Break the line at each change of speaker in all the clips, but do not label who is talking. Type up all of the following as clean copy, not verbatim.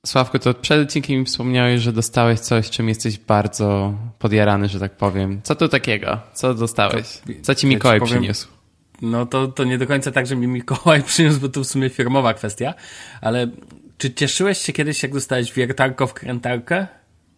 Sławku, to przed odcinkiem mi wspomniałeś, że dostałeś coś, czym jesteś bardzo podjarany, że tak powiem. Co to takiego? Co dostałeś? Co ci Mikołaj przyniósł?
No to nie do końca tak, że mi Mikołaj przyniósł, bo to w sumie firmowa kwestia, ale czy cieszyłeś się kiedyś, jak dostałeś wiertarko-wkrętarkę?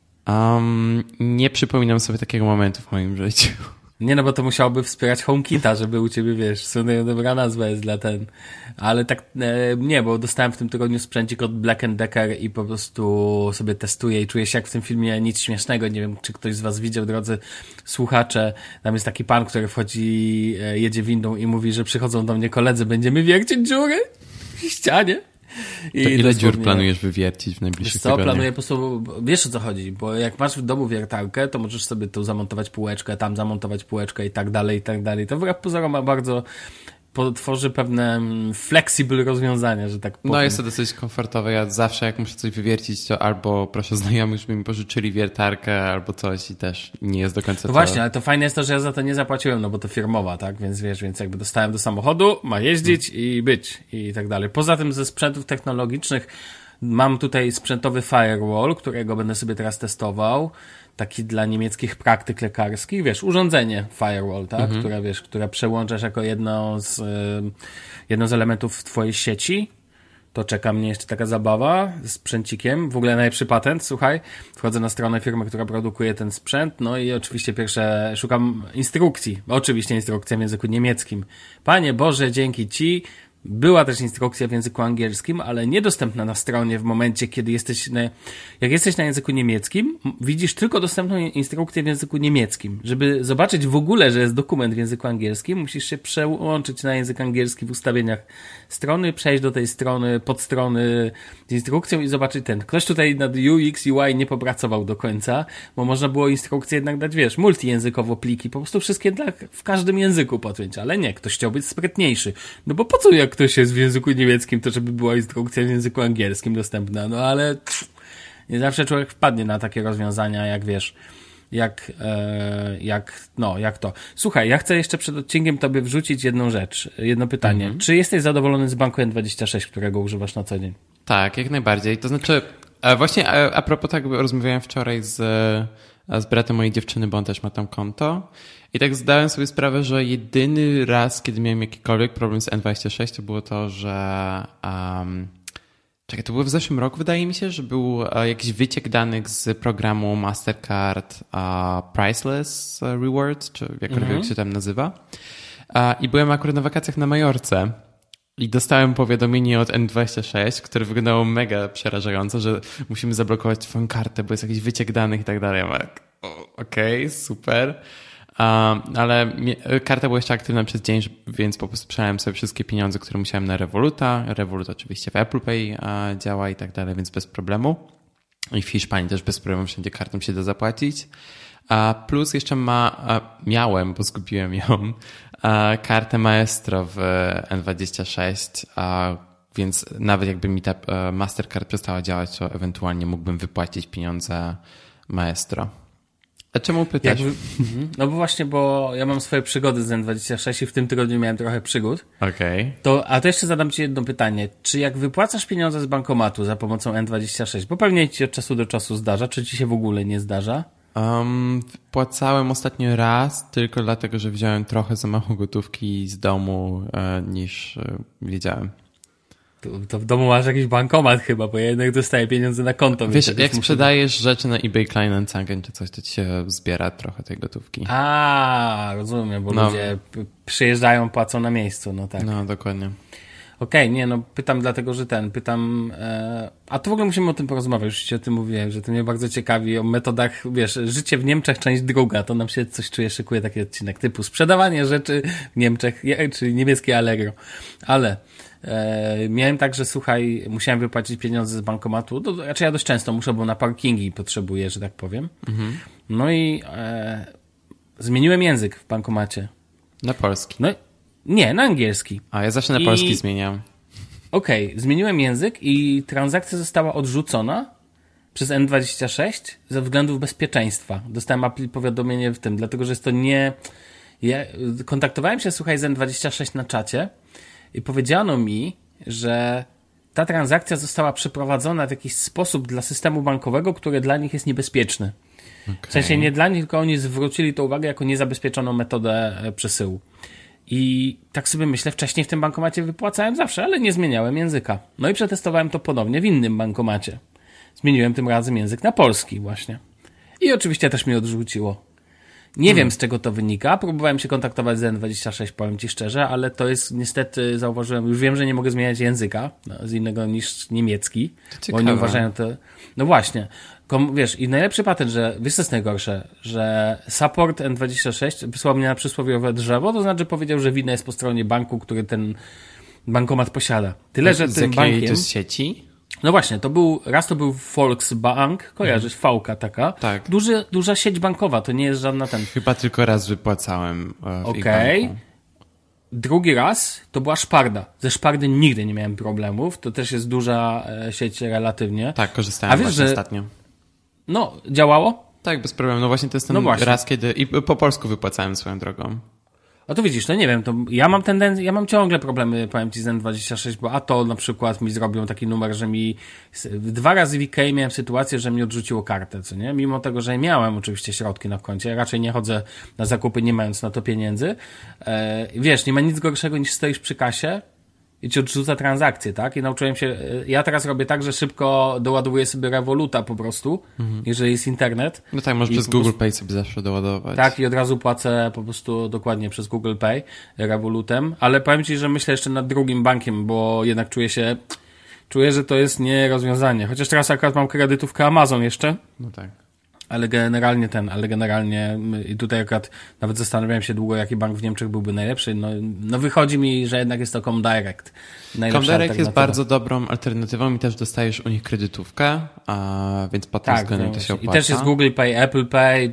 Nie przypominam sobie takiego momentu w moim życiu.
Nie, no bo to musiałoby wspierać HomeKita, żeby u ciebie, wiesz, sumie dobra nazwa jest dla ten. Ale tak, nie, bo dostałem w tym tygodniu sprzęcik od Black & Decker i po prostu sobie testuję i czuję się jak w tym filmie Nic Śmiesznego. Nie wiem, czy ktoś z was widział, drodzy słuchacze. Tam jest taki pan, który wchodzi, jedzie windą i mówi, że przychodzą do mnie koledzy, będziemy wiercić dziury w ścianie.
I to ile dziur planujesz wywiercić w najbliższych tygodniach?
Planuję po prostu, wiesz o co chodzi, bo jak masz w domu wiertarkę, to możesz sobie tu zamontować półeczkę, tam zamontować półeczkę i tak dalej, i tak dalej. To wbrew pozorom ma bardzo tworzy pewne flexible rozwiązania, że tak powiem.
No jest to dosyć komfortowe. Ja zawsze jak muszę coś wywiercić, to albo proszę znajomych, żeby mi pożyczyli wiertarkę, albo coś i też nie jest do końca
no właśnie, ale to fajne jest to, że ja za to nie zapłaciłem, no bo to firmowa, tak? Więc wiesz, więc jakby dostałem do samochodu, ma jeździć i być i tak dalej. Poza tym ze sprzętów technologicznych mam tutaj sprzętowy firewall, którego będę sobie teraz testował. Taki dla niemieckich praktyk lekarskich, wiesz, urządzenie firewall, tak? Które przełączasz jako jedno z elementów twojej sieci. To czeka mnie jeszcze taka zabawa z sprzęcikiem. W ogóle najlepszy patent, słuchaj. Wchodzę na stronę firmy, która produkuje ten sprzęt, no i oczywiście pierwsze szukam instrukcji. Oczywiście instrukcja w języku niemieckim. Panie Boże, dzięki Ci. Była też instrukcja w języku angielskim, ale niedostępna na stronie w momencie, kiedy jak jesteś na języku niemieckim, widzisz tylko dostępną instrukcję w języku niemieckim. Żeby zobaczyć w ogóle, że jest dokument w języku angielskim, musisz się przełączyć na język angielski w ustawieniach strony, przejść do tej strony, podstrony z instrukcją i zobaczyć ten. Ktoś tutaj nad UX, UI nie popracował do końca, bo można było instrukcję jednak dać, wiesz, multijęzykowo pliki, po prostu wszystkie w każdym języku podpiąć, ale nie, ktoś chciał być sprytniejszy. No bo po co jak ktoś jest w języku niemieckim, to żeby była instrukcja w języku angielskim dostępna, no ale nie zawsze człowiek wpadnie na takie rozwiązania, jak wiesz, jak to. Słuchaj, ja chcę jeszcze przed odcinkiem tobie wrzucić jedną rzecz, jedno pytanie. Czy jesteś zadowolony z banku N26, którego używasz na co dzień?
Tak, jak najbardziej. To znaczy, właśnie a propos tak, rozmawiałem wczoraj z bratem mojej dziewczyny, bo on też ma tam konto. I tak zdałem sobie sprawę, że jedyny raz, kiedy miałem jakikolwiek problem z N26, to było to, że... to było w zeszłym roku, wydaje mi się, że był jakiś wyciek danych z programu Mastercard Priceless Rewards, czy jakkolwiek się tam nazywa. I byłem akurat na wakacjach na Majorce. I dostałem powiadomienie od N26, które wyglądało mega przerażająco, że musimy zablokować twoją kartę, bo jest jakiś wyciek danych i tak dalej. Ja tak, okej, super. Ale karta była jeszcze aktywna przez dzień, więc po prostu przelałem sobie wszystkie pieniądze, które musiałem na Revoluta. Revolut oczywiście w Apple Pay działa i tak dalej, więc bez problemu. I w Hiszpanii też bez problemu wszędzie kartą się da zapłacić. Plus jeszcze miałem, bo zgubiłem ją, kartę Maestro w N26, więc nawet jakby mi ta Mastercard przestała działać, to ewentualnie mógłbym wypłacić pieniądze Maestro. A czemu pytasz?
No bo właśnie, bo ja mam swoje przygody z N26 i w tym tygodniu miałem trochę przygód.
Okej.
A to jeszcze zadam ci jedno pytanie. Czy jak wypłacasz pieniądze z bankomatu za pomocą N26, bo pewnie ci się od czasu do czasu zdarza, czy ci się w ogóle nie zdarza?
Płacałem ostatnio raz, tylko dlatego, że wziąłem trochę za mało gotówki z domu niż wiedziałem.
To w domu masz jakiś bankomat chyba, bo ja jednak dostaję pieniądze na konto.
Wiesz, jak sprzedajesz rzeczy na eBay Kleinanzeigen czy coś, to ci się zbiera trochę tej gotówki.
Rozumiem, bo ludzie przyjeżdżają, płacą na miejscu, no tak.
No, dokładnie.
Okej, nie, no pytam dlatego, że a to w ogóle musimy o tym porozmawiać, już ci o tym mówiłem, że to mnie bardzo ciekawi, o metodach, wiesz, życie w Niemczech, część druga, to nam się coś szykuje taki odcinek typu sprzedawanie rzeczy w Niemczech, czyli niemieckie Allegro, ale miałem tak, że słuchaj, musiałem wypłacić pieniądze z bankomatu, raczej ja dość często muszę, bo na parkingi potrzebuję, że tak powiem. No i zmieniłem język w bankomacie.
Na polski?
No nie, na angielski.
Ja zawsze na polski zmieniam.
Okej, zmieniłem język i transakcja została odrzucona przez N26 ze względów bezpieczeństwa. Dostałem powiadomienie w tym, dlatego że jest to nie... Ja kontaktowałem się, słuchaj, z N26 na czacie i powiedziano mi, że ta transakcja została przeprowadzona w jakiś sposób dla systemu bankowego, który dla nich jest niebezpieczny. W sensie nie dla nich, tylko oni zwrócili to uwagę jako niezabezpieczoną metodę przesyłu. I tak sobie myślę, wcześniej w tym bankomacie wypłacałem zawsze, ale nie zmieniałem języka. No i przetestowałem to ponownie w innym bankomacie. Zmieniłem tym razem język na polski właśnie. I oczywiście też mi odrzuciło. Nie wiem, z czego to wynika. Próbowałem się kontaktować z N26, powiem ci szczerze, ale to jest niestety, zauważyłem, już wiem, że nie mogę zmieniać języka z innego niż niemiecki, bo oni uważają to... No właśnie. Wiesz, i najlepszy patent, że, wiesz co jest najgorsze, że support N26 wysłał mnie na przysłowiowe drzewo, to znaczy powiedział, że wina jest po stronie banku, który ten bankomat posiada. Tyle, że tym bankiem...
To jest sieci?
No właśnie, to był Volksbank, kojarzysz, V-ka taka.
Tak.
Duża sieć bankowa, to nie jest żadna ten...
Chyba tylko raz wypłacałem w ich banku.
Drugi raz to była Szparda. Ze Szpardy nigdy nie miałem problemów, to też jest duża sieć relatywnie.
Tak, korzystałem właśnie ostatnio.
No, działało?
Tak, bez problemu. No właśnie to jest ten raz, kiedy... I po polsku wypłacałem swoją drogą.
A to widzisz, no nie wiem, to ja mam ciągle problemy, powiem ci, z N26, bo a to na przykład mi zrobią taki numer, że mi 2 razy w IKEA miałem sytuację, że mi odrzuciło kartę, co nie? Mimo tego, że miałem oczywiście środki na koncie, raczej nie chodzę na zakupy nie mając na to pieniędzy. Wiesz, nie ma nic gorszego niż stoisz przy kasie i ci odrzuca transakcję, tak? I nauczyłem się, ja teraz robię tak, że szybko doładowuję sobie Revoluta po prostu, jeżeli jest internet.
No tak, możesz przez Google Pay sobie zawsze doładować.
Tak, i od razu płacę po prostu dokładnie przez Google Pay Revolutem, ale powiem ci, że myślę jeszcze nad drugim bankiem, bo jednak czuję, że to jest nie rozwiązanie. Chociaż teraz akurat mam kredytówkę Amazon jeszcze.
No tak.
Ale generalnie i tutaj akurat nawet zastanawiałem się długo, jaki bank w Niemczech byłby najlepszy. No wychodzi mi, że jednak jest to Comdirect.
Comdirect jest bardzo dobrą alternatywą i też dostajesz u nich kredytówkę, więc pod tym względem to się opłaca.
I też jest Google Pay, Apple Pay,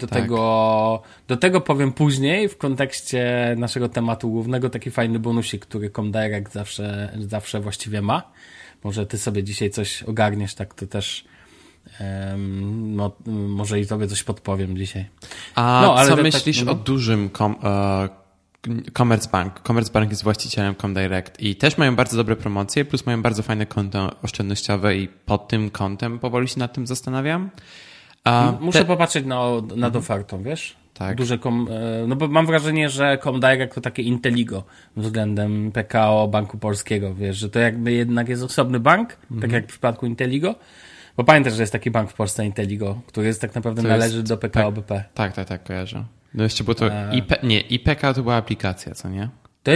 do tego powiem później w kontekście naszego tematu głównego taki fajny bonusik, który Comdirect zawsze właściwie ma. Może ty sobie dzisiaj coś ogarniesz, tak to też... może i tobie coś podpowiem dzisiaj.
Ale co myślisz o dużym Commerzbank? Commerzbank jest właścicielem Comdirect i też mają bardzo dobre promocje, plus mają bardzo fajne konto oszczędnościowe i pod tym kątem powoli się nad tym zastanawiam.
Muszę popatrzeć nad ofertą, wiesz?
Tak.
No bo mam wrażenie, że Comdirect to takie Inteligo względem PKO Banku Polskiego, wiesz, że to jakby jednak jest osobny bank, tak jak w przypadku Inteligo. Bo pamiętasz, że jest taki bank w Polsce Inteligo, który jest tak naprawdę należy do PKO BP.
Tak, kojarzę. No jeszcze było to IPK to była aplikacja, co nie?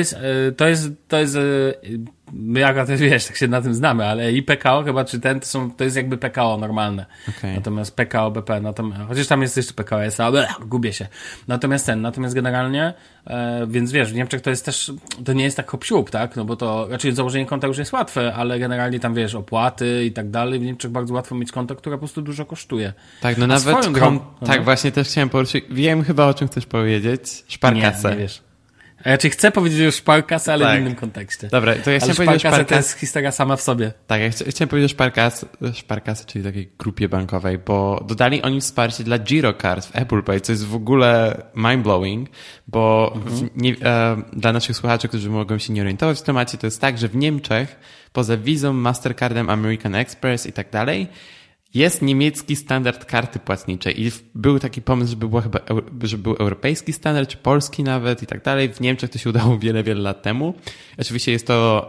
To jest my akurat, wiesz, tak się na tym znamy, ale i PKO chyba, czy to jest jakby PKO normalne.
Okay.
Natomiast PKO BP, chociaż tam jest jeszcze PKO SA, ale gubię się. Natomiast generalnie, więc wiesz, w Niemczech to jest też, to nie jest tak hop-siup, tak? No bo to, raczej założenie konta już jest łatwe, ale generalnie tam, wiesz, opłaty i tak dalej. W Niemczech bardzo łatwo mieć konto, które po prostu dużo kosztuje.
Tak, no nawet tak, właśnie też chciałem poruszyć. Wiem chyba, o czym chcesz powiedzieć. Szparkasę.
Nie wiesz. Znaczy chcę powiedzieć już Sparkasę, ale w innym kontekście.
Dobra, to ja chciałem powiedzieć
Sparkasę to jest historia sama w sobie.
Tak, ja chciałem powiedzieć Sparkasę, czyli takiej grupie bankowej, bo dodali oni wsparcie dla Girocard w Apple Pay, co jest w ogóle mind-blowing, bo dla naszych słuchaczy, którzy mogą się nie orientować w temacie, to jest tak, że w Niemczech poza Vizą, Mastercardem, American Express i tak dalej jest niemiecki standard karty płatniczej i był taki pomysł, żeby był europejski standard, czy polski nawet i tak dalej. W Niemczech to się udało wiele, wiele lat temu. Oczywiście jest to...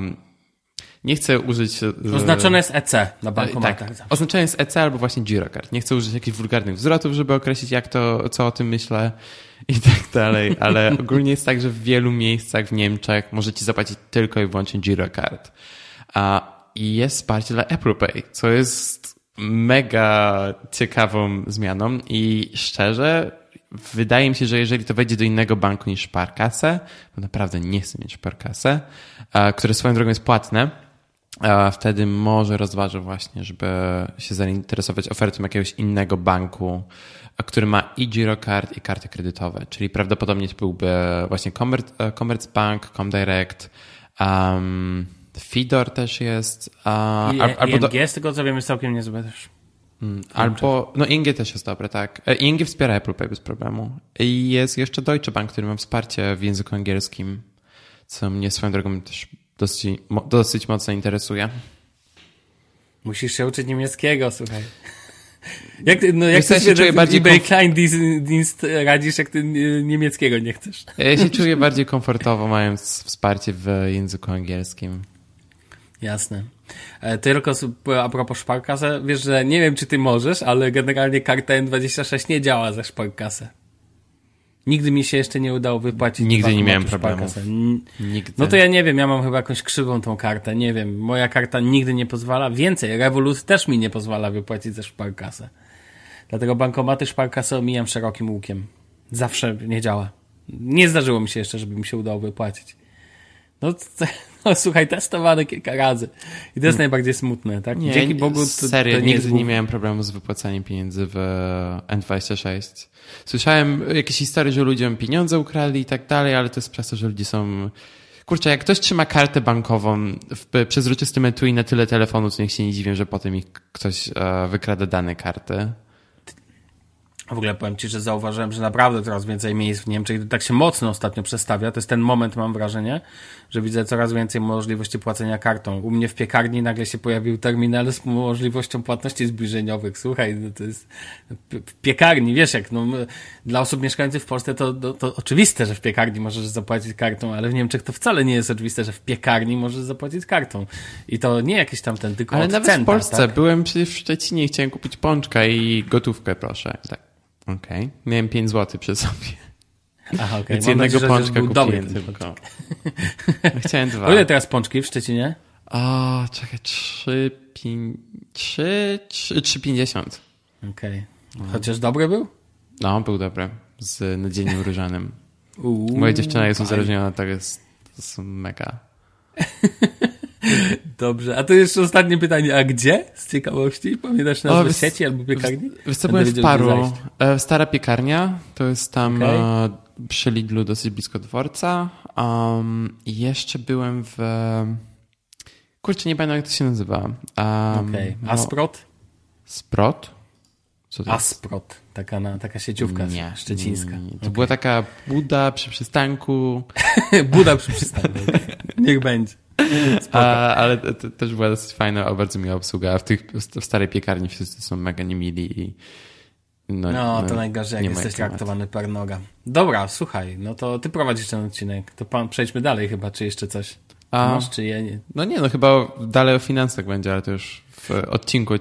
nie chcę użyć...
Oznaczone jest EC na bankomatach.
Tak, oznaczone jest EC albo właśnie Girocard. Nie chcę użyć jakichś wulgarnych zwrotów, żeby określić co o tym myślę i tak dalej, ale ogólnie jest tak, że w wielu miejscach w Niemczech możecie zapłacić tylko i wyłącznie Girocard. I jest wsparcie dla Apple Pay, co jest mega ciekawą zmianą i szczerze wydaje mi się, że jeżeli to wejdzie do innego banku niż Sparkasse, bo naprawdę nie chcę mieć Sparkasse, które swoją drogą jest płatne, wtedy może rozważę właśnie, żeby się zainteresować ofertą jakiegoś innego banku, który ma i Girocard, i karty kredytowe, czyli prawdopodobnie to byłby właśnie Commerzbank, Comdirect, Fidor też jest.
ING z tego co wiem jest całkiem niezłe też.
ING też jest dobre, tak. ING wspiera Apple Pay bez problemu. I jest jeszcze Deutsche Bank, który ma wsparcie w języku angielskim, co mnie swoją drogą też dosyć mocno interesuje.
Musisz się uczyć niemieckiego, słuchaj. Jak ty
się czuję bardziej
eBay Kleindienst radzisz, jak ty niemieckiego nie chcesz?
Ja się czuję bardziej komfortowo, mając wsparcie w języku angielskim.
Jasne. Tylko a propos Sparkasse, wiesz, że nie wiem, czy ty możesz, ale generalnie karta N26 nie działa za Sparkasse. Nigdy mi się jeszcze nie udało wypłacić.
Nigdy nie miałem problemów. Nigdy.
No to ja nie wiem, ja mam chyba jakąś krzywą tą kartę, nie wiem. Moja karta nigdy nie pozwala. Więcej, Revolut też mi nie pozwala wypłacić ze Sparkasse. Dlatego bankomaty Sparkasse omijam szerokim łukiem. Zawsze nie działa. Nie zdarzyło mi się jeszcze, żeby mi się udało wypłacić. No słuchaj, testowany kilka razy. I to jest najbardziej smutne, tak?
Nie,
dzięki Bogu
serio,
to
nigdy nie miałem problemu z wypłacaniem pieniędzy w N26. Słyszałem jakieś historie, że ludziom pieniądze ukrali i tak dalej, ale to jest przez to, że ludzie są... Kurczę, jak ktoś trzyma kartę bankową w przezroczystym etui na tyle telefonu, to niech się nie dziwię, że potem ich ktoś wykrada dane karty.
W ogóle powiem ci, że zauważyłem, że naprawdę coraz więcej miejsc w Niemczech tak się mocno ostatnio przestawia. To jest ten moment, mam wrażenie, że widzę coraz więcej możliwości płacenia kartą. U mnie w piekarni nagle się pojawił terminal z możliwością płatności zbliżeniowych. Słuchaj, to jest w piekarni, wiesz jak, dla osób mieszkających w Polsce to oczywiste, że w piekarni możesz zapłacić kartą, ale w Niemczech to wcale nie jest oczywiste, że w piekarni możesz zapłacić kartą. I to nie jakieś tam tylko
ale
od
nawet
centa,
w Polsce.
tak?
Byłem przecież w Szczecinie i chciałem kupić pączka i gotówkę, proszę. Tak. Okej. Miałem 5 zł przy sobie.
Aha, okej.
Więc jednego pączka
był dobry
kupiłem tylko. Chciałem 2.
O ile teraz pączki w Szczecinie?
O, czekaj, 3,50.
Okej. Chociaż dobry był?
No, był dobry. Z nadzieniem różanym. Moja dziewczyna jest uzależniona, to jest mega.
Dobrze, a to jeszcze ostatnie pytanie, a gdzie? Z ciekawości? Pamiętasz nazwę sieci albo piekarni?
Wiesz co, byłem w Paru. Stara piekarnia, to jest tam przy Lidlu dosyć blisko dworca. I jeszcze byłem w... Kurczę, nie pamiętam jak to się nazywa.
Asprot?
Sprot? Co to jest?
Asprot, taka sieciówka szczecińska.
Nie. To była taka Buda przy przystanku.
Buda przy przystanku. Niech będzie.
Ale to też była dosyć fajna, bardzo miła obsługa. W starej piekarni wszyscy są mega niemili i
to najgorzej, jak jesteś traktowany per noga. Dobra, słuchaj, no to ty prowadzisz ten odcinek. To przejdźmy dalej chyba, czy jeszcze coś masz, czy ja nie?
No nie, chyba dalej o finansach będzie, ale to już w odcinku.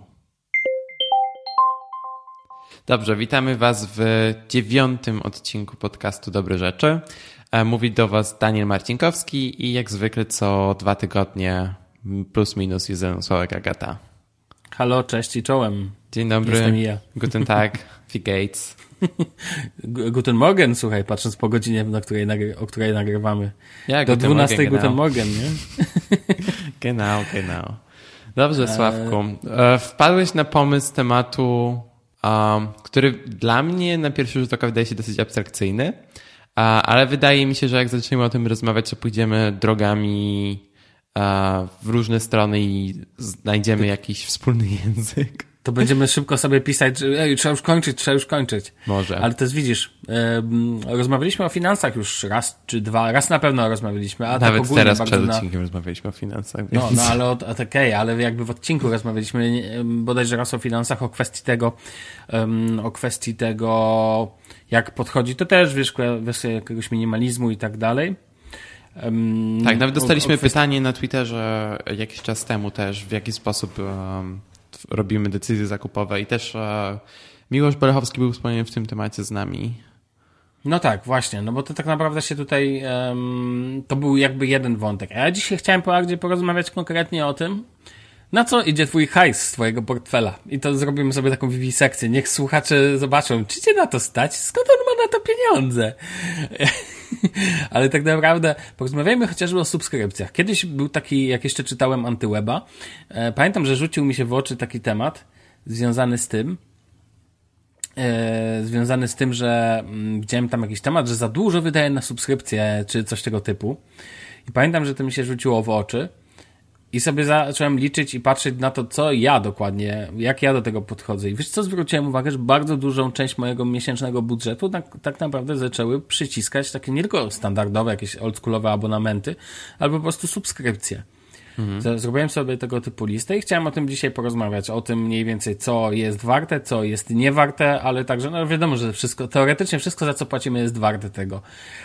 Dobrze, witamy was w 9. odcinku podcastu Dobre Rzeczy. Mówi do was Daniel Marcinkowski i jak zwykle co 2 tygodnie plus minus jest ze mną Sławek Agata.
Halo, cześć i czołem.
Dzień dobry.
Jestem ja.
Guten Tag, wie geht's?
Guten Morgen, słuchaj, patrząc po godzinie, o której nagrywamy.
Ja,
do 12 Morgen, Guten Morgen, nie?
Genau. Dobrze, Sławku. Wpadłeś na pomysł tematu, który dla mnie na pierwszy rzut oka wydaje się dosyć abstrakcyjny, ale wydaje mi się, że jak zaczniemy o tym rozmawiać, to pójdziemy drogami w różne strony i znajdziemy jakiś wspólny język.
To będziemy szybko sobie pisać, że trzeba już kończyć.
Może.
Ale to jest, widzisz, rozmawialiśmy o finansach już raz czy dwa, raz na pewno rozmawialiśmy. A
nawet
tak ogólnie
teraz przed odcinkiem rozmawialiśmy o finansach. Więc...
No ale ale jakby w odcinku rozmawialiśmy bodajże raz o finansach, o kwestii tego, jak podchodzi, to też, wiesz, kwestia jakiegoś minimalizmu i tak dalej.
Tak, nawet dostaliśmy pytanie na Twitterze jakiś czas temu też, w jaki sposób robimy decyzje zakupowe i też Miłosz Bolechowski był wspomniany w tym temacie z nami.
No tak, właśnie, no bo to tak naprawdę się tutaj, to był jakby jeden wątek. A ja dzisiaj chciałem porozmawiać konkretnie o tym, na co idzie twój hajs z twojego portfela. I to zrobimy sobie taką wiwisekcję. Niech słuchacze zobaczą, czy cię na to stać, skąd on ma na to pieniądze. Ale tak naprawdę porozmawiajmy chociażby o subskrypcjach. Kiedyś był taki, jak jeszcze czytałem Antyweba, pamiętam, że rzucił mi się w oczy taki temat związany z tym, że widziałem tam jakiś temat, że za dużo wydaję na subskrypcję, czy coś tego typu. I pamiętam, że to mi się rzuciło w oczy. I sobie zacząłem liczyć i patrzeć na to, co ja dokładnie, jak ja do tego podchodzę. I wiesz co, zwróciłem uwagę, że bardzo dużą część mojego miesięcznego budżetu tak naprawdę zaczęły przyciskać takie nie tylko standardowe, jakieś oldschoolowe abonamenty, ale po prostu subskrypcje. Zrobiłem sobie tego typu listę i chciałem o tym dzisiaj porozmawiać, o tym mniej więcej, co jest warte, co jest nie warte, ale także, no wiadomo, że teoretycznie wszystko, za co płacimy, jest warte tego.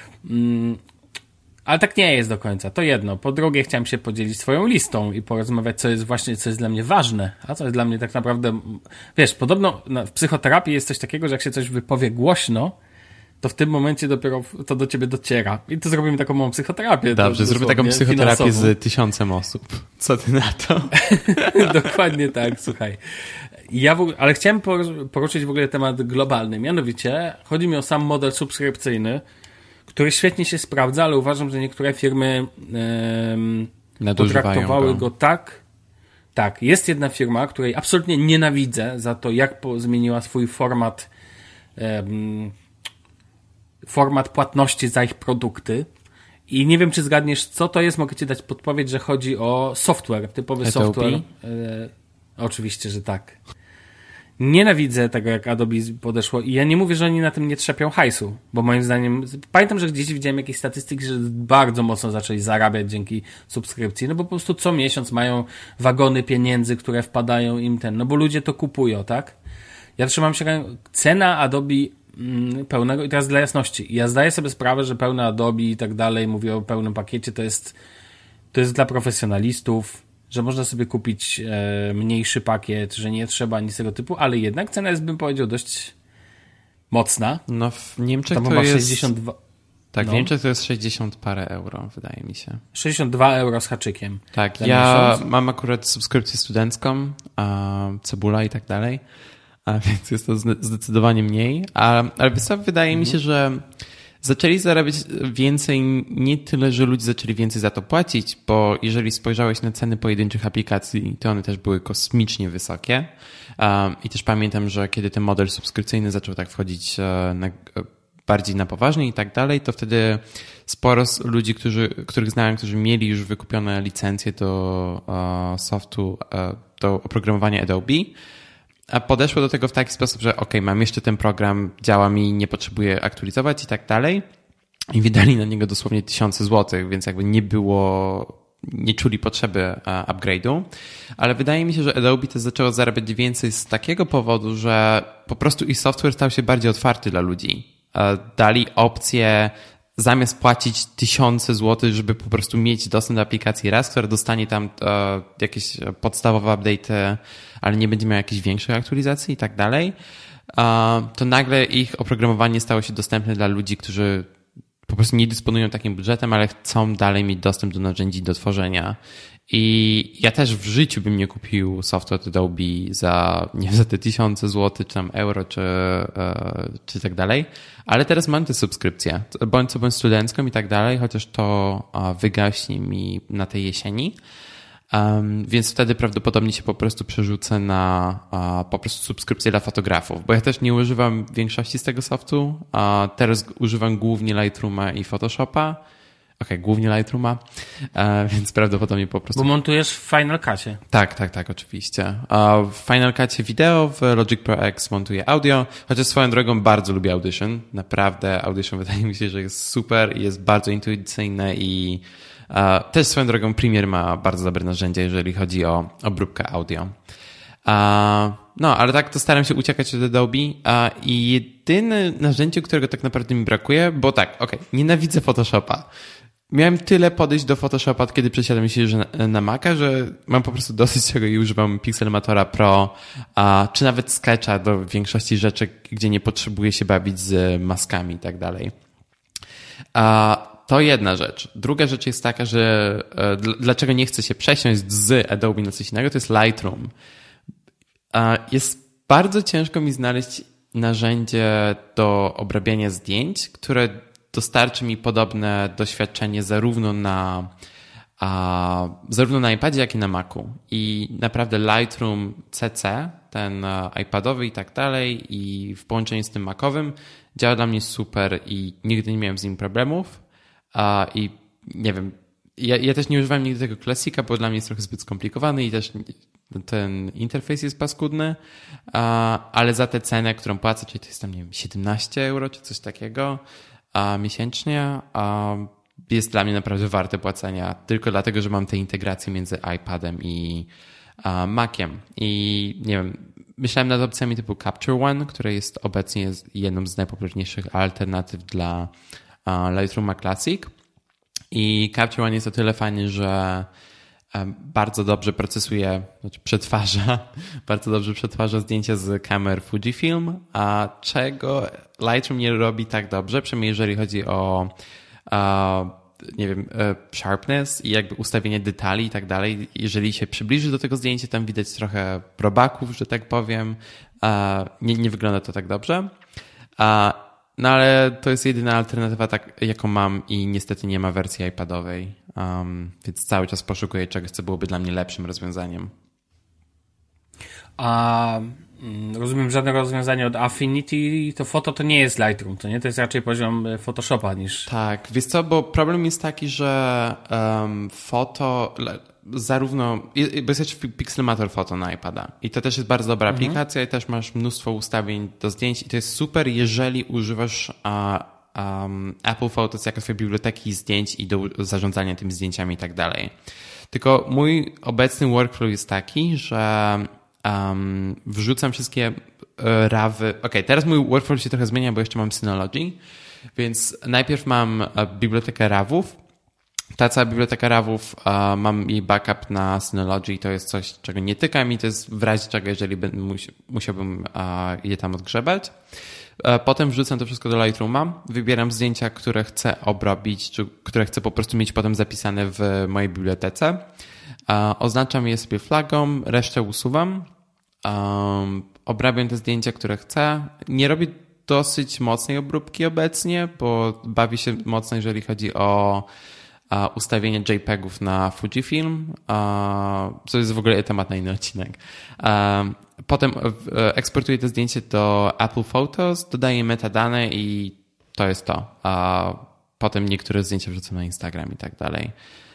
Ale tak nie jest do końca, to jedno. Po drugie, chciałem się podzielić swoją listą i porozmawiać, co jest dla mnie ważne, a co jest dla mnie tak naprawdę, wiesz, podobno w psychoterapii jest coś takiego, że jak się coś wypowie głośno, to w tym momencie dopiero to do ciebie dociera. I to zrobimy taką małą psychoterapię.
Dobrze, zrobimy taką psychoterapię finansową. Z 1000 osób. Co ty na to?
Dokładnie tak, słuchaj. Ale chciałem poruszyć w ogóle temat globalny. Mianowicie, chodzi mi o sam model subskrypcyjny, który świetnie się sprawdza, ale uważam, że niektóre firmy potraktowały go tak. Tak, jest jedna firma, której absolutnie nienawidzę za to, jak zmieniła swój format płatności za ich produkty. I nie wiem, czy zgadniesz, co to jest. Mogę ci dać podpowiedź, że chodzi o software, typowy
Adobe?
software. Oczywiście, że tak. Nienawidzę tego, jak Adobe podeszło i ja nie mówię, że oni na tym nie trzepią hajsu, bo moim zdaniem, pamiętam, że gdzieś widziałem jakieś statystyki, że bardzo mocno zaczęli zarabiać dzięki subskrypcji, no bo po prostu co miesiąc mają wagony pieniędzy, które wpadają im no bo ludzie to kupują, tak? Ja trzymam się, cena Adobe pełnego, i teraz dla jasności, ja zdaję sobie sprawę, że pełne Adobe i tak dalej, mówię o pełnym pakiecie, to jest dla profesjonalistów, że można sobie kupić mniejszy pakiet, że nie trzeba nic tego typu, ale jednak cena jest, bym powiedział, dość mocna.
No w Niemczech
tam
to jest
62.
Tak, w Niemczech to jest 60 parę euro, wydaje mi się.
62 euro z haczykiem.
Tak, ja mam akurat subskrypcję studencką, cebula i tak dalej, więc jest to zdecydowanie mniej, ale wiesz co, wydaje mi się, że zaczęli zarabiać więcej, nie tyle, że ludzie zaczęli więcej za to płacić, bo jeżeli spojrzałeś na ceny pojedynczych aplikacji, to one też były kosmicznie wysokie. I też pamiętam, że kiedy ten model subskrypcyjny zaczął tak wchodzić bardziej na poważnie i tak dalej, to wtedy sporo ludzi, których znałem, którzy mieli już wykupione licencje do softu, do oprogramowania Adobe, a podeszło do tego w taki sposób, że mam jeszcze ten program, działa mi, nie potrzebuję aktualizować i tak dalej. I wydali na niego dosłownie 1000 złotych, więc jakby nie czuli potrzeby upgrade'u. Ale wydaje mi się, że Adobe też zaczęło zarabiać więcej z takiego powodu, że po prostu ich software stał się bardziej otwarty dla ludzi. Dali opcję, zamiast płacić 1000 złotych, żeby po prostu mieć dostęp do aplikacji raz, która dostanie tam jakieś podstawowe update'y, ale nie będzie miał jakichś większych aktualizacji i tak dalej, to nagle ich oprogramowanie stało się dostępne dla ludzi, którzy po prostu nie dysponują takim budżetem, ale chcą dalej mieć dostęp do narzędzi do tworzenia. I ja też w życiu bym nie kupił software Adobe za te 1000 zł, czy tam euro, czy tak dalej. Ale teraz mam te subskrypcje, bądź studencką i tak dalej, chociaż to wygaśnie mi na tej jesieni. Więc wtedy prawdopodobnie się po prostu przerzucę na po prostu subskrypcję dla fotografów, bo ja też nie używam większości z tego softu, a teraz używam głównie Lightrooma i Photoshopa. Głównie Lightrooma, więc prawdopodobnie po prostu...
Bo montujesz w Final Cutie.
Tak, oczywiście. W Final Cutie wideo, w Logic Pro X montuję audio, chociaż swoją drogą bardzo lubię Audition. Naprawdę Audition wydaje mi się, że jest super i jest bardzo intuicyjne i też swoją drogą Premiere ma bardzo dobre narzędzie, jeżeli chodzi o obróbkę audio. Ale tak to staram się uciekać od Adobe i jedyne narzędzie, którego tak naprawdę mi brakuje, bo nienawidzę Photoshopa. Miałem tyle podejść do Photoshopa, kiedy przesiadłem się już na Maca, że mam po prostu dosyć tego i używam Pixelmatora Pro, czy nawet Sketcha do większości rzeczy, gdzie nie potrzebuję się bawić z maskami i tak dalej. To jedna rzecz. Druga rzecz jest taka, że dlaczego nie chcę się przesiąść z Adobe na coś innego, to jest Lightroom. Jest bardzo ciężko mi znaleźć narzędzie do obrabiania zdjęć, które dostarczy mi podobne doświadczenie zarówno na iPadzie, jak i na Macu. I naprawdę Lightroom CC, ten iPadowy i tak dalej, i w połączeniu z tym Macowym działa dla mnie super i nigdy nie miałem z nim problemów. I nie wiem, ja też nie używałem nigdy tego Classica, bo dla mnie jest trochę zbyt skomplikowany i też ten interfejs jest paskudny, ale za tę cenę, którą płacę, czyli to jest tam, nie wiem, 17 euro czy coś takiego miesięcznie, jest dla mnie naprawdę warte płacenia tylko dlatego, że mam te integracje między iPadem i Maciem. I nie wiem, myślałem nad opcjami typu Capture One, które jest obecnie jedną z najpopularniejszych alternatyw dla Lightrooma Classic. I Capture One jest o tyle fajny, że bardzo dobrze bardzo dobrze przetwarza zdjęcia z kamer Fujifilm, a czego Lightroom nie robi tak dobrze, przynajmniej jeżeli chodzi o nie wiem, sharpness i jakby ustawienie detali i tak dalej. Jeżeli się przybliży do tego zdjęcia, tam widać trochę robaków, że tak powiem. Nie wygląda to tak dobrze. No ale to jest jedyna alternatywa, jaką mam i niestety nie ma wersji iPadowej, więc cały czas poszukuję czegoś, co byłoby dla mnie lepszym rozwiązaniem.
Rozumiem, żadne rozwiązanie od Affinity, to foto to nie jest Lightroom, to nie? To jest raczej poziom Photoshopa niż...
Tak, wiesz co, bo problem jest taki, że foto zarówno, bo jest Pixelmator Foto na iPada i to też jest bardzo dobra aplikacja i też masz mnóstwo ustawień do zdjęć i to jest super, jeżeli używasz Apple Photos jako swojej biblioteki zdjęć i do zarządzania tymi zdjęciami i tak dalej. Tylko mój obecny workflow jest taki, że wrzucam wszystkie rawy. Teraz mój workflow się trochę zmienia, bo jeszcze mam Synology, więc najpierw mam bibliotekę rawów. Ta cała biblioteka rawów, mam jej backup na Synology, to jest coś, czego nie tykam i to jest w razie czego, jeżeli musiałbym je tam odgrzebać. Potem wrzucam to wszystko do Lightrooma, wybieram zdjęcia, które chcę obrobić, czy które chcę po prostu mieć potem zapisane w mojej bibliotece. Oznaczam je sobie flagą, resztę usuwam. Obrabiam te zdjęcia, które chcę. Nie robię dosyć mocnej obróbki obecnie, bo bawię się mocno, jeżeli chodzi o ustawienie JPEGów na Fujifilm, co jest w ogóle temat na inny odcinek. Potem eksportuję te zdjęcie do Apple Photos, dodaję metadane i to jest to. Potem niektóre zdjęcia wrzucam na Instagram i tak dalej.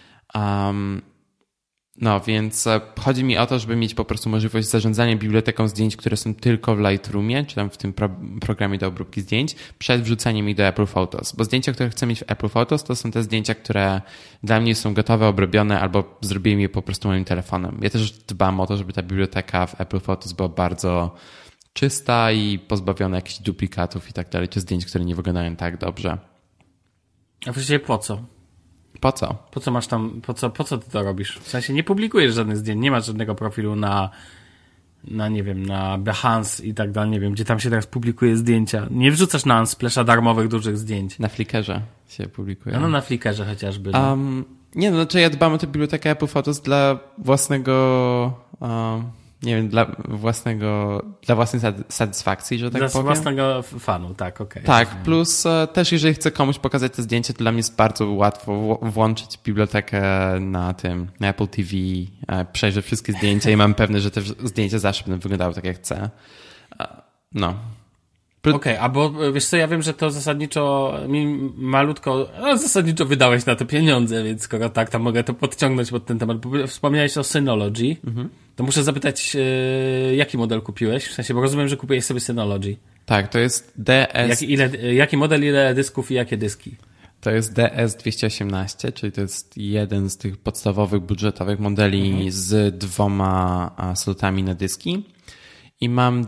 No, więc chodzi mi o to, żeby mieć po prostu możliwość zarządzania biblioteką zdjęć, które są tylko w Lightroomie, czy tam w tym programie do obróbki zdjęć, przed wrzucaniem ich do Apple Photos. Bo zdjęcia, które chcę mieć w Apple Photos, to są te zdjęcia, które dla mnie są gotowe, obrobione, albo zrobiłem je po prostu moim telefonem. Ja też dbam o to, żeby ta biblioteka w Apple Photos była bardzo czysta i pozbawiona jakichś duplikatów i tak dalej, czy zdjęć, które nie wyglądają tak dobrze.
A właściwie po co?
Po co?
Po co masz tam, po co ty to robisz? W sensie nie publikujesz żadnych zdjęć, nie masz żadnego profilu na nie wiem, na Behance i tak dalej, nie wiem, gdzie tam się teraz publikuje zdjęcia. Nie wrzucasz na Unsplasha darmowych dużych zdjęć.
Na Flickrze się publikuje.
No na Flickrze chociażby. No.
Nie, no znaczy ja dbam o tę bibliotekę Apple Photos dla własnego nie wiem, dla własnej satysfakcji, że tak powiem. Dla
własnego fanu, tak, okej.
Tak, plus też jeżeli chcę komuś pokazać te zdjęcie, to dla mnie jest bardzo łatwo włączyć bibliotekę na Apple TV, przejrzeć wszystkie zdjęcia i mam pewne, że te zdjęcia zawsze będą wyglądały tak, jak chcę. No.
Okej, bo wiesz co, ja wiem, że to zasadniczo zasadniczo wydałeś na to pieniądze, więc skoro tak, to mogę to podciągnąć pod ten temat. Wspomniałeś o Synology, to muszę zapytać, jaki model kupiłeś? W sensie, bo rozumiem, że kupiłeś sobie Synology.
Tak, to jest DS...
Jaki model, ile dysków i jakie dyski?
To jest DS218, czyli to jest jeden z tych podstawowych, budżetowych modeli z 2 slotami na dyski. I mam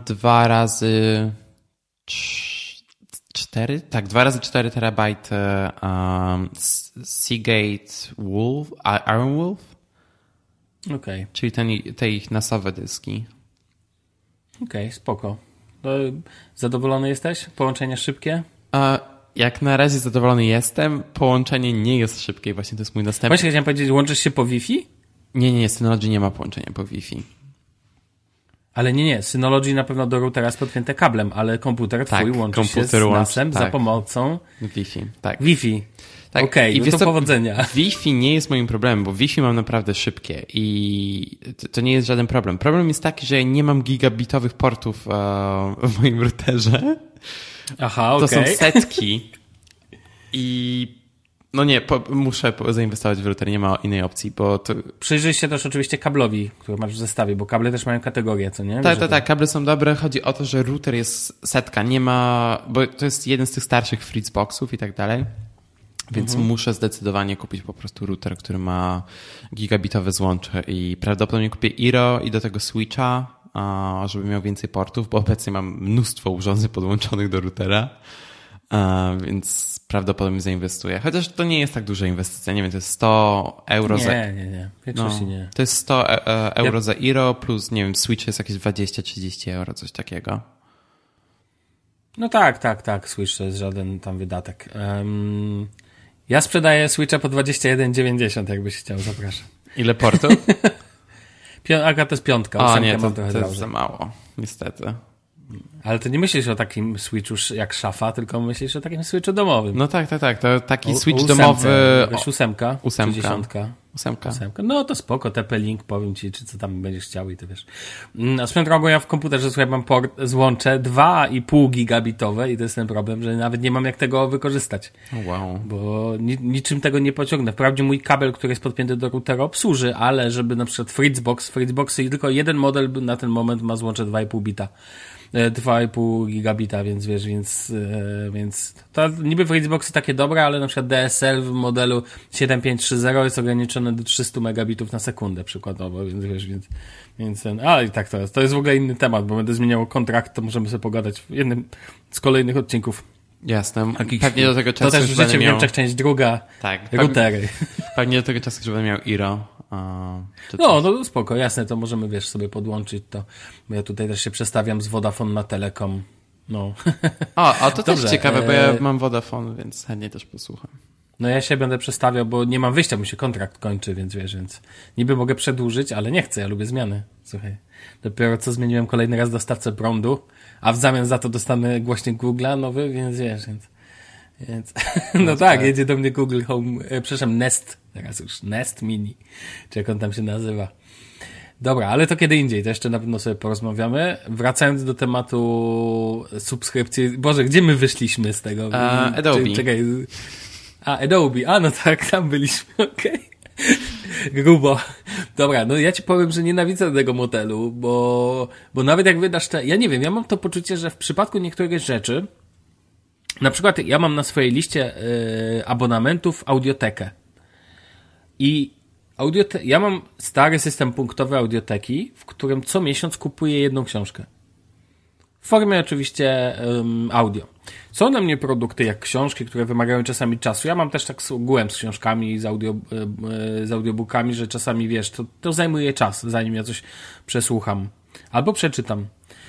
2x4 terabajty Seagate Iron Wolf.
Okej.
Czyli te ich nasowe dyski.
Okej, spoko. Zadowolony jesteś? Połączenie szybkie?
Jak na razie zadowolony jestem. Połączenie nie jest szybkie. Właśnie to jest mój następny.
Właśnie chciałem powiedzieć, łączysz się po Wi-Fi?
Nie. Synology nie ma połączenia po Wi-Fi.
Ale nie. Synology na pewno do routera jest podpięte kablem, ale komputer twój łączy się z NAS-em za pomocą
Wi-Fi. Tak.
Wi-Fi.
Tak.
Okej, no to powodzenia.
Wi-Fi nie jest moim problemem, bo Wi-Fi mam naprawdę szybkie i to nie jest żaden problem. Problem jest taki, że ja nie mam gigabitowych portów w moim routerze.
Aha, okej.
To są setki i no nie, muszę zainwestować w router, nie ma innej opcji, bo to...
Przyjrzyj się też oczywiście kablowi, który masz w zestawie, bo kable też mają kategorię, co nie?
Tak, kable są dobre. Chodzi o to, że router jest setka, nie ma, bo to jest jeden z tych starszych Fritzboxów i tak dalej. Więc muszę zdecydowanie kupić po prostu router, który ma gigabitowe złącze i prawdopodobnie kupię Eero i do tego Switcha, żeby miał więcej portów, bo obecnie mam mnóstwo urządzeń podłączonych do routera, więc prawdopodobnie zainwestuję. Chociaż to nie jest tak duża inwestycja, nie wiem, to jest 100 euro
Nie. W większości nie.
To jest 100 euro za Eero plus, nie wiem, Switch jest jakieś 20-30 euro, coś takiego.
No tak. Switch to jest żaden tam wydatek. Ja sprzedaję Switcha po 21,90, jakbyś chciał, zapraszam.
Ile portów?
Aga to jest 5. A
nie, to jest za mało, niestety.
Ale to nie myślisz o takim Switchu jak szafa, tylko myślisz o takim Switchu domowym.
No tak. To taki Switch domowy...
Jakaś 8 czy 10?
8.
No to spoko, TP-Link, powiem ci, czy co tam będziesz chciał i ty wiesz. A swoją drogą ja w komputerze, słuchaj, mam port, złącze 2,5 gigabitowe i to jest ten problem, że nawet nie mam jak tego wykorzystać.
Wow.
Bo niczym tego nie pociągnę. Wprawdzie mój kabel, który jest podpięty do routera obsłuży, ale żeby na przykład Fritzboxy i tylko jeden model na ten moment ma złącze 2,5 bita. 2,5 gigabita, więc wiesz, więc to niby Fritzboxy takie dobre, ale na przykład DSL w modelu 7530 jest ograniczone do 300 megabitów na sekundę przykładowo, więc wiesz, więc ale i tak to jest w ogóle inny temat, bo będę zmieniał kontrakt, to możemy sobie pogadać w jednym z kolejnych odcinków.
Jasne. Pewnie do tego czasu
to też życie w Niemczech część druga,
tak,
routery.
Pewnie do tego czasu, żeby miał Eero.
No spoko, jasne, to możemy, wiesz, sobie podłączyć to. Bo ja tutaj też się przestawiam z Vodafone na Telekom. No.
A to też ciekawe, bo ja mam Vodafone, więc chętnie też posłucham.
No ja się będę przestawiał, bo nie mam wyjścia, mi się kontrakt kończy, więc wiesz, więc niby mogę przedłużyć, ale nie chcę, ja lubię zmiany. Słuchaj, dopiero co zmieniłem kolejny raz dostawcę prądu, a w zamian za to dostanę głośnik Google'a nowy, więc wiesz, więc no tak, jedzie do mnie Google Home, przepraszam, Nest, teraz już Nest Mini, czy jak on tam się nazywa. Dobra, ale to kiedy indziej, to jeszcze na pewno sobie porozmawiamy. Wracając do tematu subskrypcji, Boże, gdzie my wyszliśmy z tego?
Adobe.
Czekaj. Adobe, no tak, tam byliśmy, okej. Grubo. Dobra, no ja ci powiem, że nienawidzę tego modelu, bo nawet jak wydasz ja nie wiem, ja mam to poczucie, że w przypadku niektórych rzeczy, na przykład ja mam na swojej liście abonamentów Audiotekę. I ja mam stary system punktowy Audioteki, w którym co miesiąc kupuję jedną książkę. W formie oczywiście audio. Są na mnie produkty jak książki, które wymagają czasami czasu. Ja mam też tak z ogółem z książkami, z audiobookami, że czasami, wiesz, to zajmuje czas, zanim ja coś przesłucham. Albo przeczytam.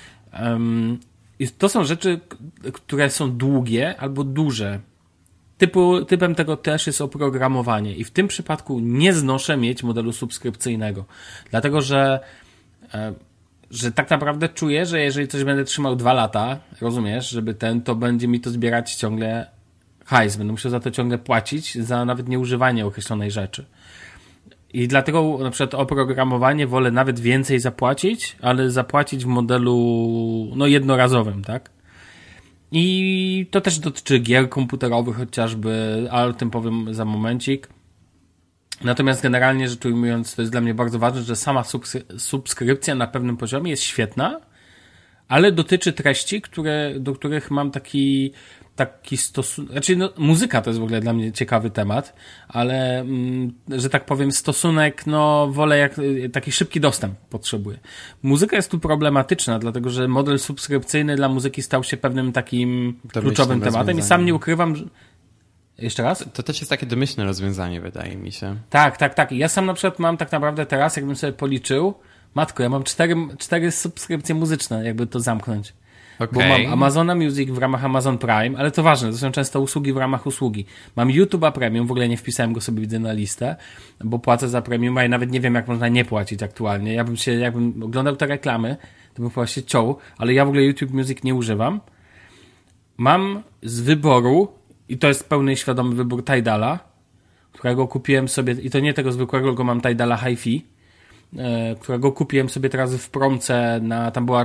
I to są rzeczy, które są długie albo duże. Typem tego też jest oprogramowanie. I w tym przypadku nie znoszę mieć modelu subskrypcyjnego. Dlatego, że tak naprawdę czuję, że jeżeli coś będę trzymał 2 lata, rozumiesz, żeby to będzie mi to zbierać ciągle hajs. Będę musiał za to ciągle płacić, za nawet nieużywanie określonej rzeczy. I dlatego na przykład oprogramowanie wolę nawet więcej zapłacić, ale zapłacić w modelu jednorazowym, tak? I to też dotyczy gier komputerowych chociażby, ale o tym powiem za momencik. Natomiast generalnie rzecz ujmując, to jest dla mnie bardzo ważne, że sama subskrypcja na pewnym poziomie jest świetna, ale dotyczy treści, do których mam taki stosunek, znaczy muzyka to jest w ogóle dla mnie ciekawy temat, ale że tak powiem stosunek, wolę taki szybki dostęp potrzebuję. Muzyka jest tu problematyczna, dlatego że model subskrypcyjny dla muzyki stał się pewnym takim kluczowym tematem i sam nie ukrywam, że... Jeszcze raz?
To też jest takie domyślne rozwiązanie, wydaje mi się.
Tak. Ja sam na przykład mam tak naprawdę teraz, jakbym sobie policzył, matko, ja mam 4 subskrypcje muzyczne, jakby to zamknąć. Okay. Bo mam Amazona Music w ramach Amazon Prime, ale to ważne, to są często usługi w ramach usługi. Mam YouTube'a Premium, w ogóle nie wpisałem go sobie, widzę na listę, bo płacę za Premium, a i nawet nie wiem, jak można nie płacić aktualnie. Jakbym oglądał te reklamy, to bym się ciął, ale ja w ogóle YouTube Music nie używam. Mam z wyboru, i to jest pełny i świadomy wybór, Tidala, którego kupiłem sobie, i to nie tego zwykłego, tylko mam Tidala Hi-Fi, którego kupiłem sobie teraz w promce tam była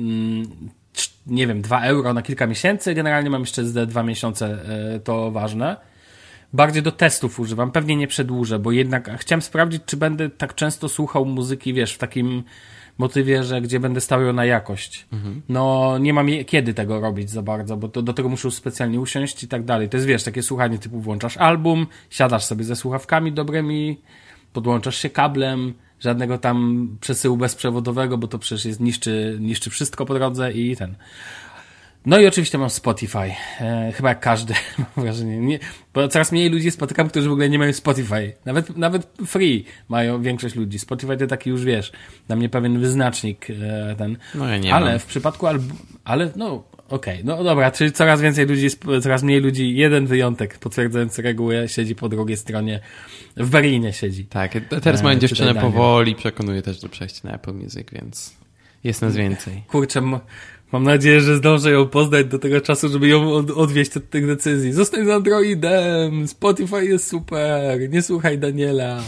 2 euro na kilka miesięcy, generalnie mam jeszcze z 2 miesiące, to ważne. Bardziej do testów używam, pewnie nie przedłużę, bo jednak chciałem sprawdzić, czy będę tak często słuchał muzyki, wiesz, w takim motywie, że gdzie będę stawiał na jakość. No nie mam kiedy tego robić za bardzo, bo do tego muszę specjalnie usiąść i tak dalej. To jest, wiesz, takie słuchanie typu włączasz album, siadasz sobie ze słuchawkami dobrymi, podłączasz się kablem, żadnego tam przesyłu bezprzewodowego, bo to przecież jest niszczy wszystko po drodze i ten. No i oczywiście mam Spotify. Chyba jak każdy, mam wrażenie. Bo coraz mniej ludzi spotykam, którzy w ogóle nie mają Spotify. Nawet free mają większość ludzi. Spotify to taki już, wiesz, dla mnie pewien wyznacznik ten.
No ja nie
ale
mam.
w przypadku ale no okej, no dobra, czyli coraz mniej ludzi, jeden wyjątek potwierdzający regułę siedzi po drugiej stronie. W Berlinie siedzi.
Tak, teraz moją dziewczynę powoli przekonuję też do przejścia na Apple Music, więc jest nas więcej.
Kurczę, mam nadzieję, że zdążę ją poznać do tego czasu, żeby ją odwieźć od tych decyzji. Zostań z Androidem, Spotify jest super, nie słuchaj Daniela.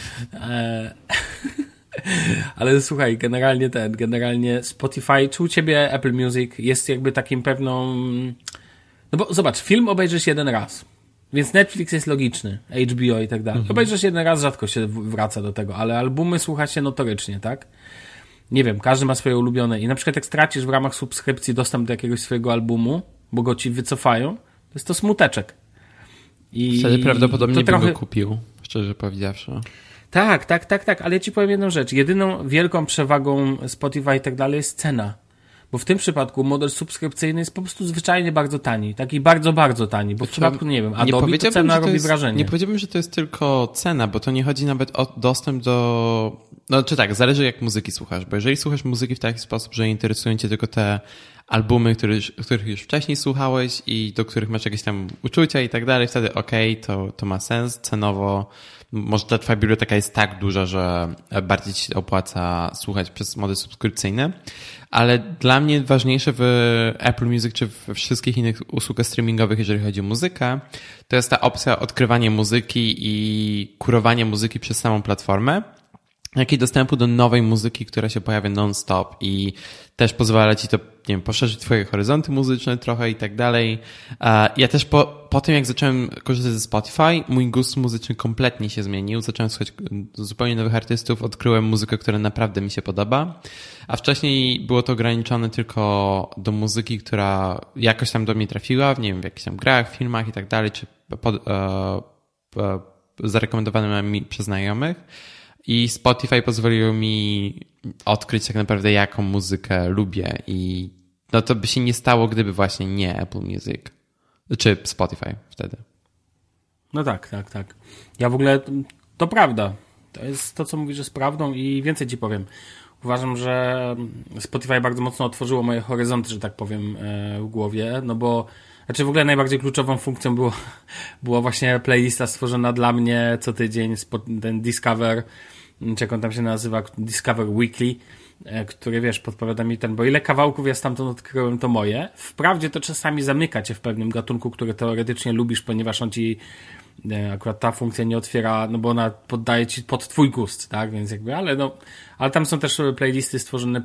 Ale słuchaj, generalnie Spotify, czy u ciebie Apple Music jest jakby takim pewną... No bo zobacz, film obejrzysz jeden raz, więc Netflix jest logiczny, HBO i tak dalej. Obejrzysz jeden raz, rzadko się wraca do tego, ale albumy słucha się notorycznie, tak? Nie wiem, każdy ma swoje ulubione i na przykład jak stracisz w ramach subskrypcji dostęp do jakiegoś swojego albumu, bo go ci wycofają, to jest to smuteczek. I
wtedy prawdopodobnie bym
trochę...
go kupił, szczerze powiedziawszy.
Tak, ale ja ci powiem jedną rzecz. Jedyną wielką przewagą Spotify i tak dalej jest cena. Bo w tym przypadku model subskrypcyjny jest po prostu zwyczajnie bardzo tani. Taki bardzo, bardzo tani. Bo w przypadku, nie wiem, Adobe to cena robi wrażenie.
Nie powiedziałbym, że to jest tylko cena, bo to nie chodzi nawet o dostęp do... No czy tak, zależy jak muzyki słuchasz. Bo jeżeli słuchasz muzyki w taki sposób, że interesują cię tylko te albumy, których już wcześniej słuchałeś i do których masz jakieś tam uczucia i tak dalej, wtedy to ma sens cenowo. Może ta twoja biblioteka jest tak duża, że bardziej ci się opłaca słuchać przez model subskrypcyjny, ale dla mnie ważniejsze w Apple Music czy we wszystkich innych usługach streamingowych, jeżeli chodzi o muzykę, to jest ta opcja odkrywania muzyki i kurowania muzyki przez samą platformę, jak i dostępu do nowej muzyki, która się pojawia non-stop i też pozwala ci to, nie wiem, poszerzyć twoje horyzonty muzyczne trochę i tak dalej. Ja też po tym, jak zacząłem korzystać ze Spotify, mój gust muzyczny kompletnie się zmienił. Zacząłem słuchać zupełnie nowych artystów, odkryłem muzykę, która naprawdę mi się podoba, a wcześniej było to ograniczone tylko do muzyki, która jakoś tam do mnie trafiła, nie wiem, w jakichś tam grach, filmach i tak dalej, czy zarekomendowane mi przez znajomych. I Spotify pozwoliło mi odkryć tak naprawdę jaką muzykę lubię i no to by się nie stało, gdyby właśnie nie Apple Music, czy Spotify wtedy.
No tak. Ja w ogóle, to prawda. To jest to, co mówisz, jest prawdą i więcej ci powiem. Uważam, że Spotify bardzo mocno otworzyło moje horyzonty, że tak powiem, w głowie, no bo znaczy w ogóle najbardziej kluczową funkcją była właśnie playlista stworzona dla mnie co tydzień, ten Discover, czy jak on tam się nazywa, Discover Weekly, który, wiesz, podpowiada mi bo ile kawałków ja stamtąd odkryłem, to moje. Wprawdzie to czasami zamyka cię w pewnym gatunku, który teoretycznie lubisz, ponieważ on ci akurat ta funkcja nie otwiera, no bo ona poddaje ci pod twój gust, tak, więc jakby, ale tam są też playlisty stworzone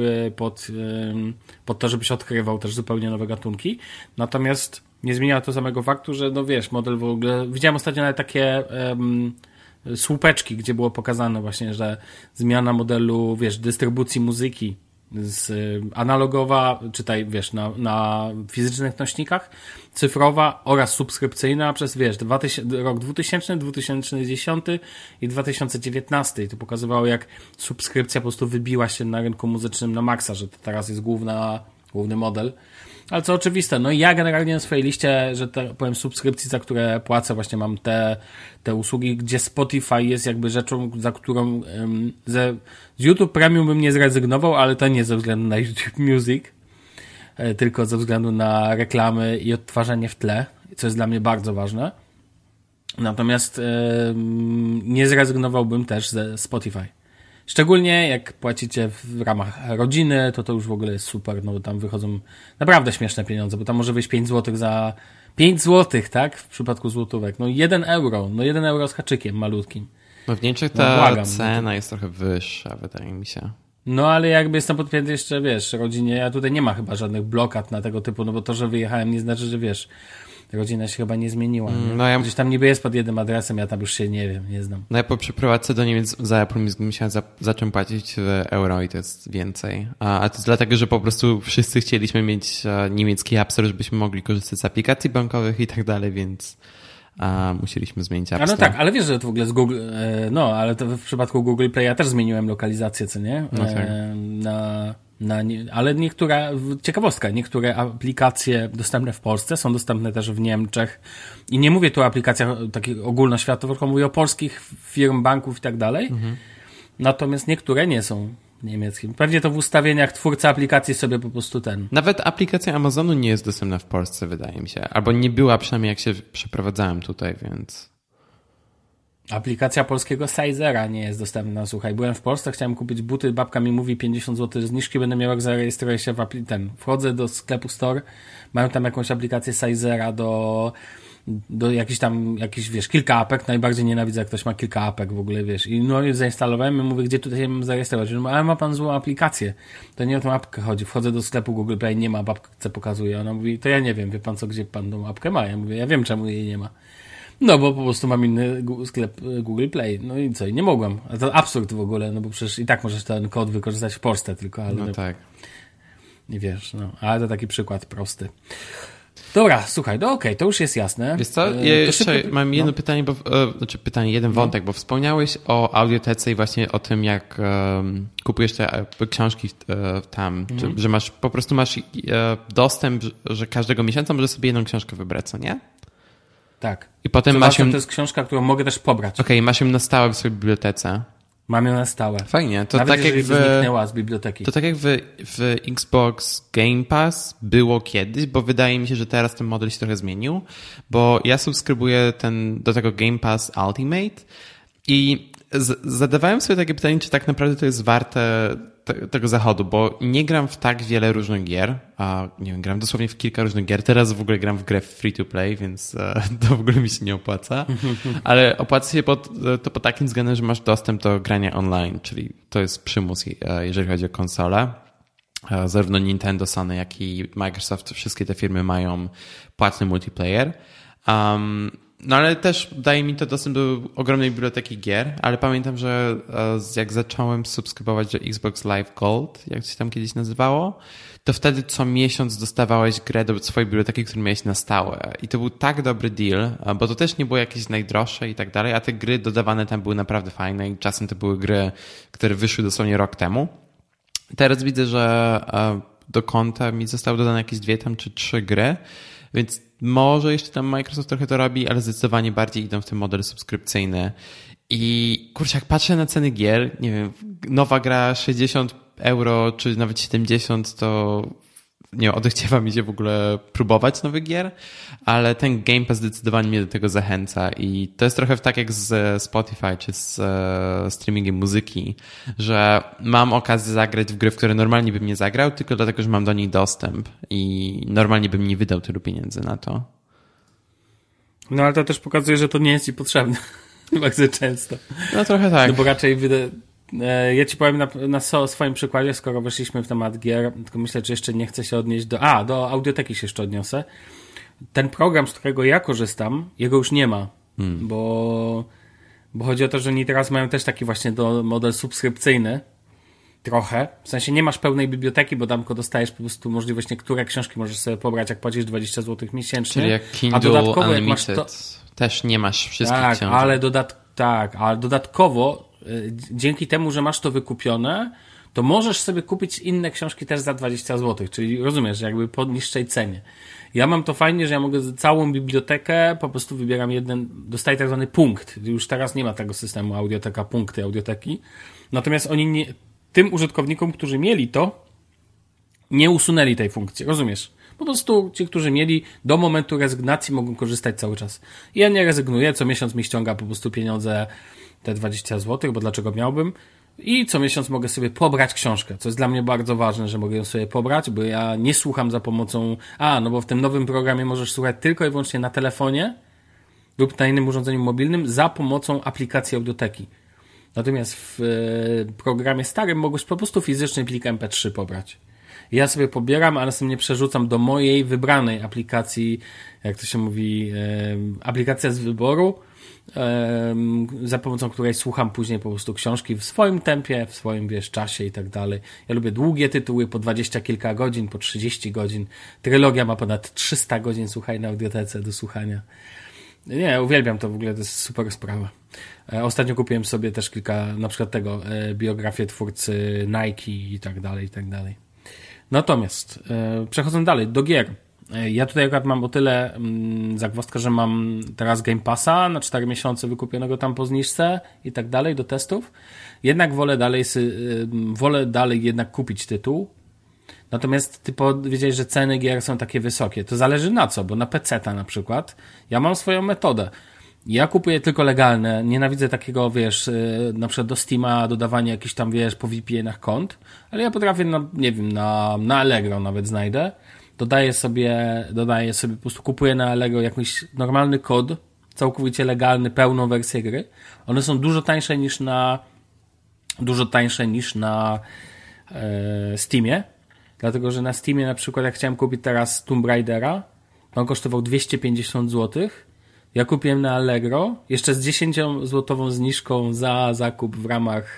pod to, żebyś odkrywał też zupełnie nowe gatunki, natomiast nie zmienia to samego faktu, że no wiesz, model w ogóle, widziałem ostatnio nawet takie słupeczki, gdzie było pokazane właśnie, że zmiana modelu, wiesz, dystrybucji muzyki z analogowa, czytaj, wiesz, na fizycznych nośnikach, cyfrowa oraz subskrypcyjna przez, wiesz, rok 2000, 2010 i 2019. I to pokazywało, jak subskrypcja po prostu wybiła się na rynku muzycznym na maksa, że to teraz jest główny model. Ale co oczywiste, no i ja generalnie na swojej liście, że powiem, subskrypcji, za które płacę, właśnie mam te usługi, gdzie Spotify jest jakby rzeczą, za którą z YouTube Premium bym nie zrezygnował, ale to nie ze względu na YouTube Music, tylko ze względu na reklamy i odtwarzanie w tle, co jest dla mnie bardzo ważne. Natomiast nie zrezygnowałbym też ze Spotify. Szczególnie jak płacicie w ramach rodziny, to już w ogóle jest super, no bo tam wychodzą naprawdę śmieszne pieniądze, bo tam może wyjść 5 zł za 5 zł, tak? W przypadku złotówek. No 1 euro. No 1 euro z haczykiem malutkim.
No w Niemczech ta cena jest trochę wyższa, wydaje mi się.
No ale jakby jestem podpięty jeszcze, wiesz, rodzinie, ja tutaj nie ma chyba żadnych blokad na tego typu, no bo to, że wyjechałem, nie znaczy, że wiesz, Rodzina się chyba nie zmieniła. Nie?
No ja...
Gdzieś tam niby jest pod jednym adresem, ja tam już się nie wiem, nie znam.
No ja po przeprowadzce do Niemiec za Apple Music musiałem zacząć płacić w euro i to jest więcej. A to jest dlatego, że po prostu wszyscy chcieliśmy mieć niemiecki App Store, żebyśmy mogli korzystać z aplikacji bankowych i tak dalej, więc musieliśmy zmienić App Store.
No tak, ale wiesz, że to w ogóle z Google, ale to w przypadku Google Play ja też zmieniłem lokalizację, co nie?
No tak.
Ale ciekawostka, niektóre aplikacje dostępne w Polsce są dostępne też w Niemczech i nie mówię tu o aplikacjach takich ogólnoświatowych, tylko mówię o polskich firm, banków i tak dalej, natomiast niektóre nie są niemieckie. Pewnie to w ustawieniach twórca aplikacji sobie po prostu
Nawet aplikacja Amazonu nie jest dostępna w Polsce, wydaje mi się, albo nie była przynajmniej jak się przeprowadzałem tutaj, więc...
Aplikacja polskiego Sizera nie jest dostępna. Słuchaj, byłem w Polsce, chciałem kupić buty, babka mi mówi 50 zł zniżki, będę miał jak zarejestruję się wchodzę do sklepu Store, mają tam jakąś aplikację Sizera do jakiś, kilka apek, najbardziej nienawidzę, jak ktoś ma kilka apek w ogóle, i zainstalowałem i mówię, gdzie tutaj mam zarejestrować? Ale ma pan złą aplikację. To nie o tą apkę chodzi. Wchodzę do sklepu Google Play, nie ma, apkę pokazuje. Ona mówi, to ja nie wiem, wie pan co, gdzie pan tą apkę ma? Ja mówię, ja wiem, czemu jej nie ma. No, bo po prostu mam inny sklep Google Play. No i co? I nie mogłem. A to absurd w ogóle, no bo przecież i tak możesz ten kod wykorzystać w Polsce tylko. Ale
no tak.
Nie wiesz, ale to taki przykład prosty. Dobra, słuchaj, okej, to już jest jasne.
Wiesz co, ja jeszcze mam jedno pytanie, jeden wątek, bo wspomniałeś o audiotece i właśnie o tym, jak kupujesz te książki tam, że po prostu masz dostęp, że każdego miesiąca możesz sobie jedną książkę wybrać, co nie?
Tak.
I potem
to jest książka, którą mogę też pobrać.
Okej, masz ją na stałe w swojej bibliotece.
Mam ją na stałe.
Fajnie. To
nawet
tak jak
zniknęła z biblioteki.
To tak jak w Xbox Game Pass było kiedyś, bo wydaje mi się, że teraz ten model się trochę zmienił, bo ja subskrybuję do tego Game Pass Ultimate i zadawałem sobie takie pytanie, czy tak naprawdę to jest warte tego zachodu, bo nie gram w tak wiele różnych gier, a nie wiem, gram dosłownie w kilka różnych gier. Teraz w ogóle gram w grę free to play, więc to w ogóle mi się nie opłaca, ale opłaca się to pod takim względem, że masz dostęp do grania online, czyli to jest przymus, jeżeli chodzi o konsolę. Zarówno Nintendo, Sony, jak i Microsoft, wszystkie te firmy mają płatny multiplayer. No ale też daje mi to dostęp do ogromnej biblioteki gier, ale pamiętam, że jak zacząłem subskrybować do Xbox Live Gold, jak się tam kiedyś nazywało, to wtedy co miesiąc dostawałeś grę do swojej biblioteki, którą miałeś na stałe. I to był tak dobry deal, bo to też nie było jakieś najdroższe i tak dalej, a te gry dodawane tam były naprawdę fajne i czasem to były gry, które wyszły dosłownie rok temu. Teraz widzę, że do konta mi zostały dodane jakieś 2 czy 3 gry, więc może jeszcze tam Microsoft trochę to robi, ale zdecydowanie bardziej idą w ten model subskrypcyjny. I kurczę, jak patrzę na ceny gier, nie wiem, nowa gra 60 euro czy nawet 70, to nie wiem, odechciewa mi się w ogóle próbować nowych gier, ale ten Game Pass zdecydowanie mnie do tego zachęca i to jest trochę tak jak z Spotify czy z streamingiem muzyki, że mam okazję zagrać w gry, w które normalnie bym nie zagrał, tylko dlatego, że mam do niej dostęp i normalnie bym nie wydał tylu pieniędzy na to.
No ale to też pokazuje, że to nie jest ci potrzebne bardzo często.
No trochę tak.
No bo raczej ja ci powiem na swoim przykładzie, skoro weszliśmy w temat gier, tylko myślę, że jeszcze nie chcę się odnieść do audioteki się jeszcze odniosę. Ten program, z którego ja korzystam, jego już nie ma, bo chodzi o to, że oni teraz mają też taki właśnie model subskrypcyjny, trochę. W sensie nie masz pełnej biblioteki, bo tam tylko dostajesz po prostu możliwość, niektóre książki możesz sobie pobrać, jak płacisz 20 zł miesięcznie.
Czyli jak Kindle Unlimited też nie masz wszystkich książek.
Ale dodatkowo dzięki temu, że masz to wykupione, to możesz sobie kupić inne książki też za 20 zł, czyli rozumiesz, jakby po niższej cenie. Ja mam to fajnie, że ja mogę całą bibliotekę, po prostu wybieram dostaję tak zwany punkt. Już teraz nie ma tego systemu audioteka, punkty audioteki. Natomiast oni tym użytkownikom, którzy mieli to, nie usunęli tej funkcji, rozumiesz? Po prostu ci, którzy mieli do momentu rezygnacji, mogą korzystać cały czas. I ja nie rezygnuję, co miesiąc mi ściąga po prostu pieniądze, te 20 zł, bo dlaczego miałbym? I co miesiąc mogę sobie pobrać książkę, co jest dla mnie bardzo ważne, że mogę ją sobie pobrać, bo ja nie słucham za pomocą... no bo w tym nowym programie możesz słuchać tylko i wyłącznie na telefonie lub na innym urządzeniu mobilnym za pomocą aplikacji audioteki. Natomiast w programie starym mogłeś po prostu fizyczny plik MP3 pobrać. Ja sobie pobieram, a następnie przerzucam do mojej wybranej aplikacji, jak to się mówi, aplikacja z wyboru, za pomocą której słucham później po prostu książki w swoim tempie, w swoim, czasie i tak dalej. Ja lubię długie tytuły, po 20 kilka godzin, po 30 godzin. Trylogia ma ponad 300 godzin, słuchaj, na audiotece do słuchania. Nie, uwielbiam to w ogóle, to jest super sprawa. Ostatnio kupiłem sobie też kilka, na przykład biografię twórcy Nike i tak dalej, i tak dalej. Natomiast, przechodząc dalej, do gier. Ja tutaj akurat mam o tyle zagwozdkę, że mam teraz Game Passa na 4 miesiące wykupionego tam po zniżce i tak dalej do testów. Jednak wolę dalej jednak kupić tytuł. Natomiast ty powiedziałeś, że ceny gier są takie wysokie. To zależy na co, bo na PC-ta na przykład ja mam swoją metodę. Ja kupuję tylko legalne. Nienawidzę takiego, na przykład do Steama dodawanie jakichś tam, po VPN-ach kont, ale ja potrafię, na Allegro nawet znajdę. Dodaję sobie po prostu, kupuję na Allegro jakiś normalny kod, całkowicie legalny, pełną wersję gry. One są dużo tańsze niż na Steamie, dlatego, że na Steamie na przykład jak chciałem kupić teraz Tomb Raidera, on kosztował 250 zł. Ja kupiłem na Allegro, jeszcze z 10-złotową zniżką za zakup w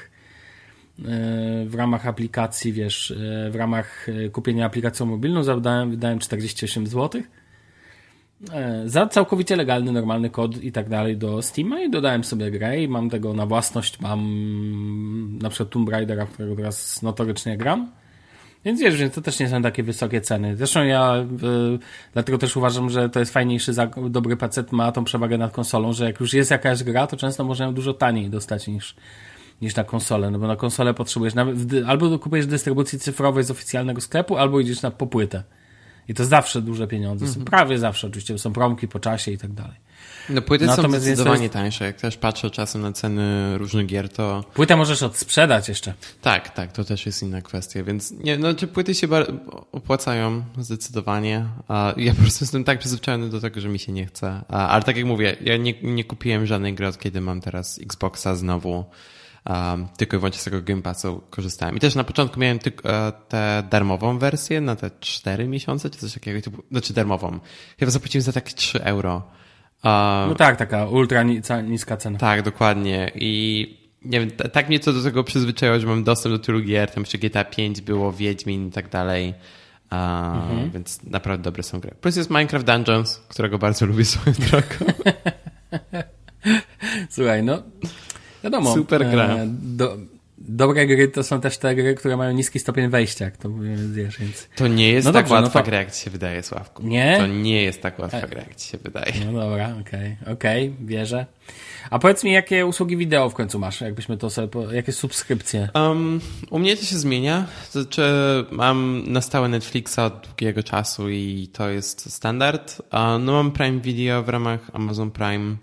ramach aplikacji, w ramach kupienia aplikacją mobilną wydałem 48 zł. Za całkowicie legalny, normalny kod i tak dalej do Steama i dodałem sobie grę i mam tego na własność, mam na przykład Tomb Raidera, w którego teraz notorycznie gram. Więc to też nie są takie wysokie ceny. Zresztą ja dlatego też uważam, że to jest fajniejszy, dobry PC ma tą przewagę nad konsolą, że jak już jest jakaś gra, to często można ją dużo taniej dostać niż na konsolę, no bo na konsolę potrzebujesz albo kupujesz dystrybucji cyfrowej z oficjalnego sklepu, albo idziesz po płytę. I to zawsze duże pieniądze. Są prawie zawsze oczywiście, są promki po czasie i tak dalej.
No płyty są zdecydowanie tańsze. Jak też patrzę czasem na ceny różnych gier, to...
Płytę możesz odsprzedać jeszcze.
Tak, to też jest inna kwestia, więc płyty się opłacają zdecydowanie. Ja po prostu jestem tak przyzwyczajony do tego, że mi się nie chce. Ale tak jak mówię, ja nie kupiłem żadnej gry, od kiedy mam teraz Xboxa znowu. Tylko i wyłącznie z tego Game Passu korzystałem. I też na początku miałem tę darmową wersję na te 4 miesiące, czy coś takiego. Znaczy darmową. Chyba zapłaciłem za takie 3 euro.
No tak, taka ultra niska cena.
Tak, dokładnie. I nie wiem, tak mnie to do tego przyzwyczaiło, że mam dostęp do tylu gier. Tam jeszcze GTA 5 było, Wiedźmin i tak dalej. Więc naprawdę dobre są gry. Plus jest Minecraft Dungeons, którego bardzo lubię swoją drogą.
Słuchaj, wiadomo.
Super gra.
Dobre gry to są też te gry, które mają niski stopień wejścia, jak to wiesz, więc...
To nie jest tak łatwa gra, jak ci się wydaje, Sławku.
Nie?
To nie jest tak łatwa gra, jak ci się wydaje.
No dobra, okej, wierzę. A powiedz mi, jakie usługi wideo w końcu masz? Jakbyśmy to sobie... Jakie subskrypcje?
U mnie to się zmienia. To znaczy, mam na stałe Netflixa od długiego czasu i to jest standard. Mam Prime Video w ramach Amazon Prime.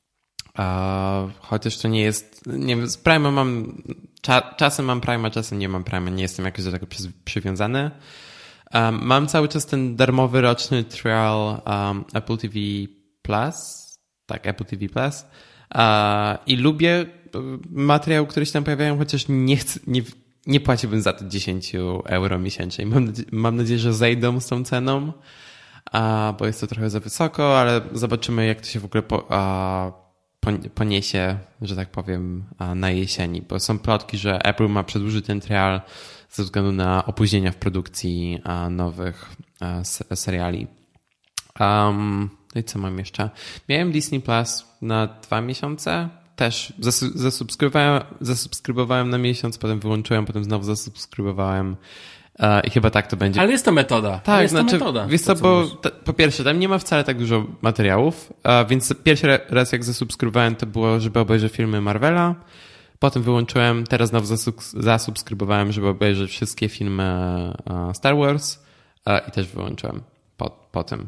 Chociaż to nie jest, nie wiem, z Prime czasem mam Prime, a czasem nie mam Prime, nie jestem jakoś do tego przywiązany. Mam cały czas ten darmowy roczny trial Apple TV Plus, tak, Apple TV Plus i lubię materiał, które się tam pojawiają, chociaż nie płaciłbym za to 10 euro miesięcznie. Mam nadzieję, że zejdą z tą ceną, bo jest to trochę za wysoko, ale zobaczymy, jak to się w ogóle poniesie, że tak powiem, na jesieni, bo są plotki, że Apple ma przedłużyć ten trial ze względu na opóźnienia w produkcji nowych seriali. No i co mam jeszcze? Miałem Disney Plus na 2 miesiące. Też zasubskrybowałem na miesiąc, potem wyłączyłem, potem znowu zasubskrybowałem. I chyba tak to będzie.
Ale jest to metoda.
Tak, wiesz co, bo po pierwsze, tam nie ma wcale tak dużo materiałów, więc pierwszy raz jak zasubskrybowałem, to było, żeby obejrzeć filmy Marvela. Potem wyłączyłem, teraz znowu zasubskrybowałem, żeby obejrzeć wszystkie filmy Star Wars i też wyłączyłem potem.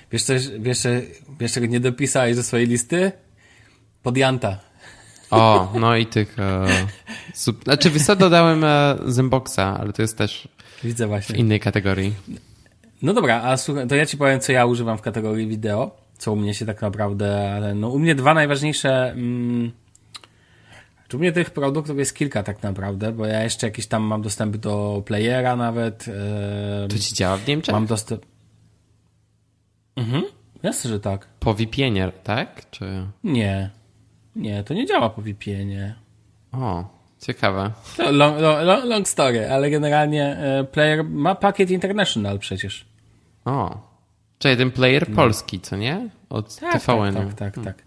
Wiesz czego nie dopisałeś do swojej listy? Podjanta. No i tych... Znaczy, wiesz co, dodałem Zymboxa, ale to jest też
widzę właśnie.
W innej kategorii.
No dobra, a słuchaj, to ja ci powiem, co ja używam w kategorii wideo, co u mnie się tak naprawdę... u mnie dwa najważniejsze... U mnie tych produktów jest kilka tak naprawdę, bo ja jeszcze jakieś tam mam dostęp do playera nawet.
To ci działa w Niemczech?
Mam dostęp... Jasne, że tak.
Po VPN-ie, tak? Czy...
Nie, to nie działa po VPN-ie.
O, ciekawe.
To long story, ale generalnie player ma pakiet international przecież.
O, czyli ten player polski, co nie? Od TVN-u.
Tak.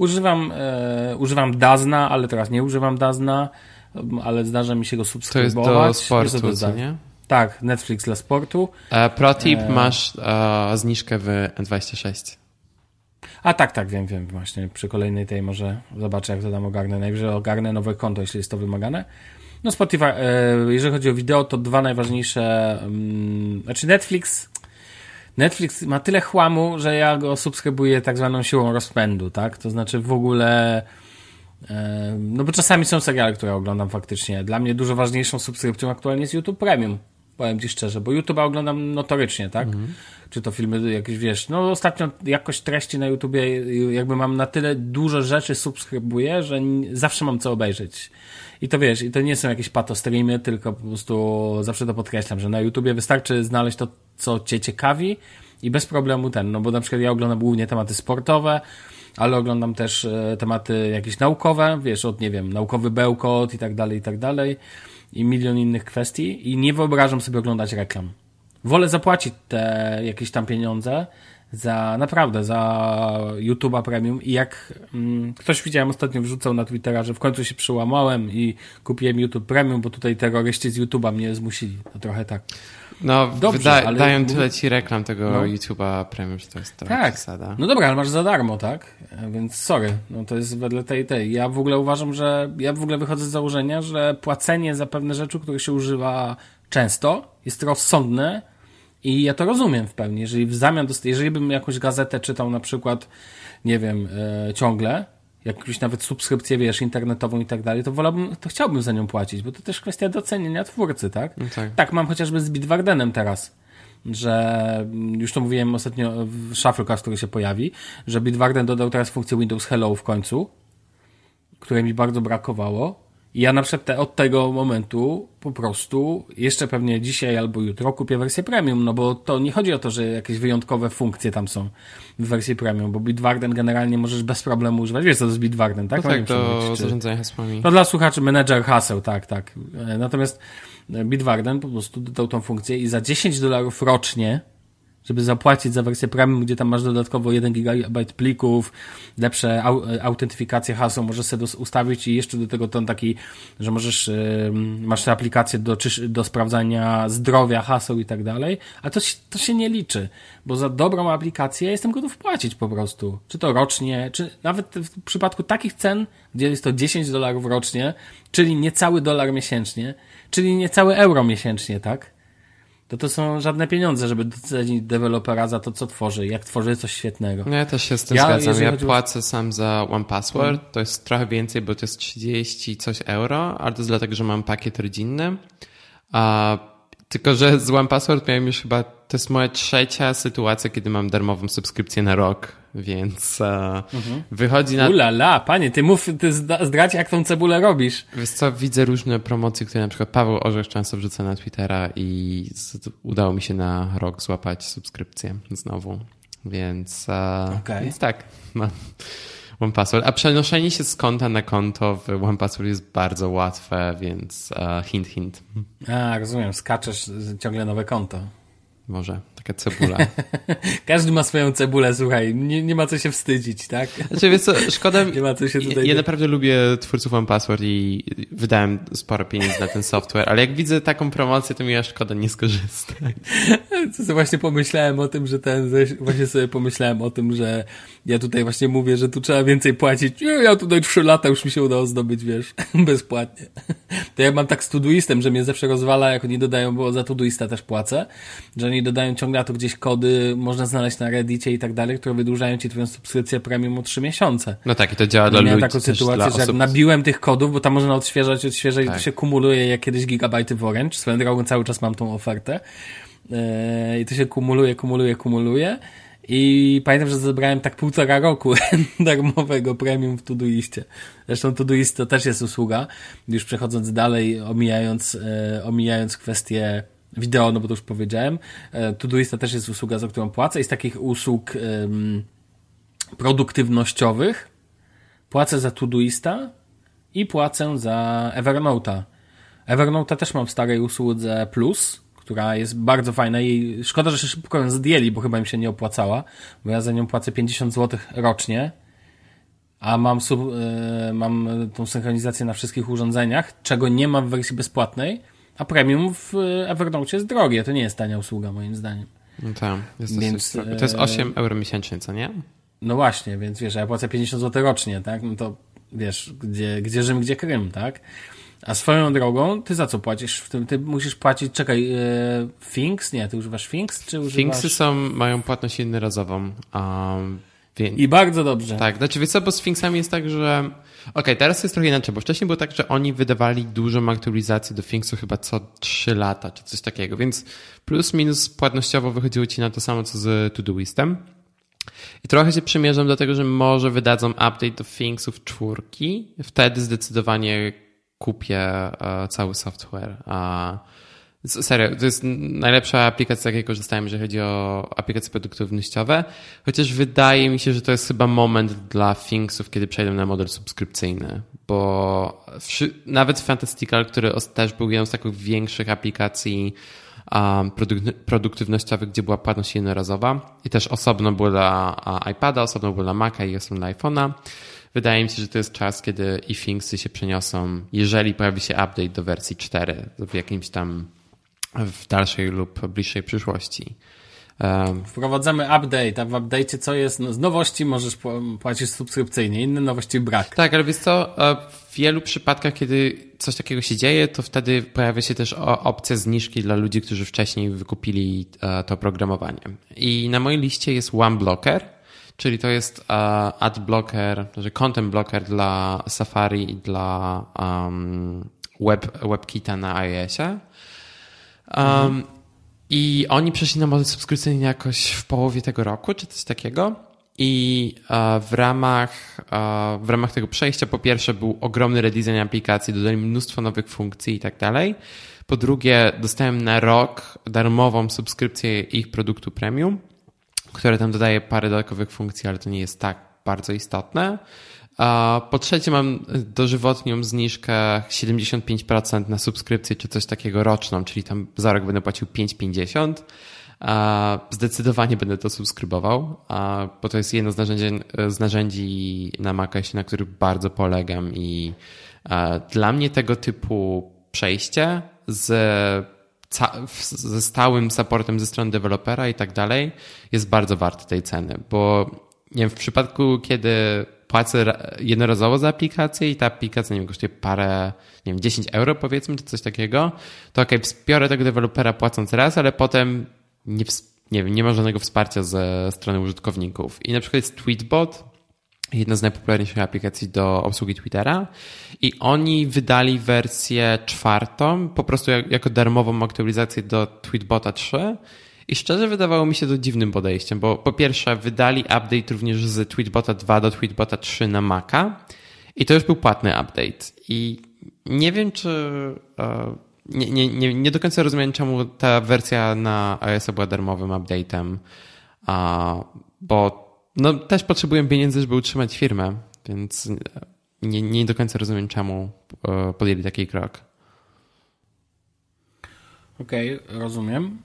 Używam Dazna, ale teraz nie używam Dazna, ale zdarza mi się go subskrybować.
To jest do sportu, co nie?
Tak, Netflix dla sportu.
Pro tip, masz zniżkę w N26.
A tak, wiem właśnie. Przy kolejnej tej może zobaczę, jak to tam ogarnę. Najwyżej ogarnę nowe konto, jeśli jest to wymagane. No Spotify, jeżeli chodzi o wideo, to dwa najważniejsze, znaczy Netflix ma tyle chłamu, że ja go subskrybuję tak zwaną siłą rozpędu, tak? To znaczy w ogóle, no bo czasami są seriale, które oglądam faktycznie. Dla mnie dużo ważniejszą subskrypcją aktualnie jest YouTube Premium. Powiem ci szczerze, bo YouTube'a oglądam notorycznie, tak? Czy to filmy jakieś, wiesz, no ostatnio jakość treści na YouTubie, jakby mam na tyle dużo rzeczy subskrybuję, że zawsze mam co obejrzeć. I to wiesz, i to nie są jakieś patostreamy, tylko po prostu zawsze to podkreślam, że na YouTubie wystarczy znaleźć to, co cię ciekawi i bez problemu no bo na przykład ja oglądam głównie tematy sportowe, ale oglądam też tematy jakieś naukowe, wiesz, nie wiem, naukowy bełkot i tak dalej i milion innych kwestii i nie wyobrażam sobie oglądać reklam. Wolę zapłacić te jakieś tam pieniądze za YouTube'a Premium i jak ktoś widziałem ostatnio wrzucał na Twittera, że w końcu się przełamałem i kupiłem YouTube Premium, bo tutaj terroryści z YouTube'a mnie zmusili. To trochę tak.
No,
dobrze, ale
dają tyle ci reklam tego YouTube'a Premium, że to jest trochę przesada.
No dobra, ale masz za darmo, tak? Więc sorry, no to jest wedle tej. Ja w ogóle uważam, ja w ogóle wychodzę z założenia, że płacenie za pewne rzeczy, których się używa często, jest rozsądne i ja to rozumiem w pełni. Jeżeli w zamian jeżeli bym jakąś gazetę czytał na przykład, nie wiem, ciągle, jakąś nawet subskrypcję, wiesz, internetową i tak dalej, to chciałbym za nią płacić, bo to też kwestia docenienia twórcy, tak?
No tak.
Tak, mam chociażby z Bitwardenem teraz, że już to mówiłem ostatnio w Shufflecast, który się pojawi, że Bitwarden dodał teraz funkcję Windows Hello w końcu, której mi bardzo brakowało. I ja na przykład od tego momentu po prostu jeszcze pewnie dzisiaj albo jutro kupię wersję premium, no bo to nie chodzi o to, że jakieś wyjątkowe funkcje tam są w wersji premium, bo Bitwarden generalnie możesz bez problemu używać. Wiesz co to jest Bitwarden, tak?
No tak, do zarządzania hasłami.
To dla słuchaczy menedżer haseł, tak. Natomiast Bitwarden po prostu dodał tą funkcję i za $10 rocznie, żeby zapłacić za wersję premium, gdzie tam masz dodatkowo 1 GB plików, lepsze autentyfikację haseł, możesz sobie ustawić i jeszcze do tego ten taki, że możesz, masz tę aplikację do sprawdzania zdrowia haseł i tak dalej, a to się nie liczy, bo za dobrą aplikację jestem gotów płacić po prostu. Czy to rocznie, czy nawet w przypadku takich cen, gdzie jest to $10 rocznie, czyli niecały dolar miesięcznie, czyli niecałe euro miesięcznie, tak? To są żadne pieniądze, żeby docenić dewelopera za to, co tworzy, jak tworzy coś świetnego.
No ja też się z tym zgadzam. Ja płacę sam za OnePassword, to jest trochę więcej, bo to jest 30 coś euro, ale to jest dlatego, że mam pakiet rodzinny. Tylko, że z OnePassword miałem już chyba, to jest moja trzecia sytuacja, kiedy mam darmową subskrypcję na rok, więc wychodzi na...
Ulala, panie, ty zdradź, jak tą cebulę robisz.
Wiesz co, widzę różne promocje, które na przykład Paweł Orzech często wrzuca na Twittera i udało mi się na rok złapać subskrypcję znowu, więc tak, mam OnePassword. A przenoszenie się z konta na konto w OnePassword jest bardzo łatwe, więc hint.
Rozumiem, skaczesz ciągle nowe konto.
Może, taka cebula.
Każdy ma swoją cebulę, słuchaj, nie ma co się wstydzić, tak?
Znaczy, wiesz co, szkoda...
Nie ma co się tutaj...
Ja naprawdę lubię twórców OnePassword i wydałem sporo pieniędzy na ten software, ale jak widzę taką promocję, to mi aż szkoda nie skorzystać.
Właśnie pomyślałem o tym, że ja tutaj właśnie mówię, że tu trzeba więcej płacić. Ja tutaj 3 lata już mi się udało zdobyć, wiesz, bezpłatnie. To ja mam tak z Todoistem, że mnie zawsze rozwala, jak oni dodają, bo za Todoista też płacę, że oni dodają ciągle, a to gdzieś kody można znaleźć na Reddicie i tak dalej, które wydłużają ci twoją subskrypcję premium o 3 miesiące.
No tak, i to działa dla ludzi.
Miałem taką sytuację, że jak nabiłem tych kodów, bo tam można odświeżać tak. I to się kumuluje jak kiedyś gigabajty w Orange. Swoją drogą cały czas mam tą ofertę. I to się kumuluje. I pamiętam, że zebrałem tak 1,5 roku darmowego premium w Todoistie. Zresztą Todoist to też jest usługa. Już przechodząc dalej, omijając kwestię wideo, no bo to już powiedziałem. Todoista też jest usługa, za którą płacę. I z takich usług produktywnościowych płacę za Todoista i płacę za Evernote'a. Evernote'a też mam w starej usłudze Plus, która jest bardzo fajna i szkoda, że się szybko ją zdjęli, bo chyba im się nie opłacała, bo ja za nią płacę 50 zł rocznie, a mam tą synchronizację na wszystkich urządzeniach, czego nie ma w wersji bezpłatnej, a premium w Evernote jest drogie, to nie jest tania usługa moim zdaniem.
No tak, to jest 8 euro miesięcznie, co nie?
No właśnie, więc wiesz, ja płacę 50 zł rocznie, tak? No to wiesz, gdzie Rzym, gdzie Krym, tak? A swoją drogą, ty za co płacisz? Ty musisz płacić, czekaj, Things? Nie, ty używasz Things? Czy używasz...
Thingsy mają płatność jednorazową. Więc...
I bardzo dobrze.
Tak, znaczy wiesz co, bo z Thingsami jest tak, że teraz jest trochę inaczej, bo wcześniej było tak, że oni wydawali dużą aktualizację do Thingsu chyba co 3 lata, czy coś takiego, więc plus minus płatnościowo wychodziło ci na to samo, co z Todoistem. I trochę się przymierzam do tego, że może wydadzą update do Thingsów 4, wtedy zdecydowanie kupię cały software. Serio, to jest najlepsza aplikacja, z jakiej korzystałem, jeżeli chodzi o aplikacje produktywnościowe, chociaż wydaje mi się, że to jest chyba moment dla Thingsów, kiedy przejdą na model subskrypcyjny, bo nawet Fantastical, który też był jedną z takich większych aplikacji produktywnościowych, gdzie była płatność jednorazowa i też osobno było dla iPada, osobno było dla Maca i osobno dla iPhone'a. Wydaje mi się, że to jest czas, kiedy i Thingsy się przeniosą, jeżeli pojawi się update do wersji 4 w jakimś tam w dalszej lub bliższej przyszłości.
Wprowadzamy update, a w update'cie co jest? No, z nowości możesz płacić subskrypcyjnie, inne nowości brak.
Tak, ale wiesz co, w wielu przypadkach, kiedy coś takiego się dzieje, to wtedy pojawia się też opcja zniżki dla ludzi, którzy wcześniej wykupili to oprogramowanie. I na mojej liście jest OneBlocker, czyli to jest ad blocker, znaczy content blocker dla Safari i dla WebKita na iOSie. I oni przeszli na model subskrypcyjny jakoś w połowie tego roku, czy coś takiego. I w ramach tego przejścia po pierwsze był ogromny redesign aplikacji, dodali mnóstwo nowych funkcji i tak dalej. Po drugie dostałem na rok darmową subskrypcję ich produktu premium, które tam dodaje parę dodatkowych funkcji, ale to nie jest tak bardzo istotne. Po trzecie mam dożywotnią zniżkę 75% na subskrypcję czy coś takiego roczną, czyli tam za rok będę płacił 5,50. Zdecydowanie będę to subskrybował, bo to jest jedno z narzędzi na macOSie, na których bardzo polegam i dla mnie tego typu przejście ze stałym supportem ze strony dewelopera i tak dalej jest bardzo warte tej ceny, bo nie wiem, w przypadku kiedy płacę jednorazowo za aplikację i ta aplikacja, nie wiem, kosztuje parę, nie wiem, 10 euro powiedzmy, czy coś takiego, to okej, wspiorę tego dewelopera płacąc raz, ale potem nie ma żadnego wsparcia ze strony użytkowników. I na przykład jest Tweetbot, jedna z najpopularniejszych aplikacji do obsługi Twittera i oni wydali wersję 4, po prostu jako darmową aktualizację do Tweetbota 3 i szczerze wydawało mi się to dziwnym podejściem, bo po pierwsze wydali update również z Tweetbota 2 do Tweetbota 3 na Maca i to już był płatny update i nie wiem, czy nie do końca rozumiem, czemu ta wersja na iOS była darmowym update'em, bo no, też potrzebuję pieniędzy, żeby utrzymać firmę, więc nie do końca rozumiem, czemu podjęli taki krok.
Okej, rozumiem.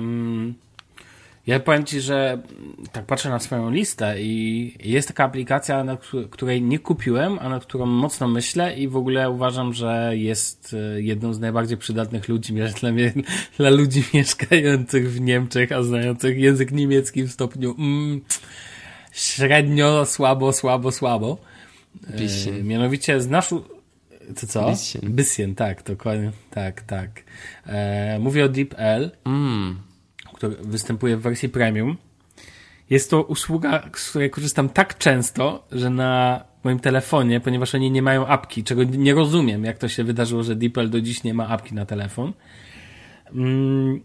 Ja powiem Ci, że tak patrzę na swoją listę i jest taka aplikacja, której nie kupiłem, a nad którą mocno myślę i w ogóle uważam, że jest jedną z najbardziej przydatnych ludzi dla ludzi mieszkających w Niemczech, a znających język niemiecki w stopniu średnio, słabo. Mianowicie znasz... To co? Bisschen, tak, dokładnie. Tak. Mówię o DeepL, który występuje w wersji premium. Jest to usługa, z której korzystam tak często, że na moim telefonie, ponieważ oni nie mają apki, czego nie rozumiem, jak to się wydarzyło, że DeepL do dziś nie ma apki na telefon.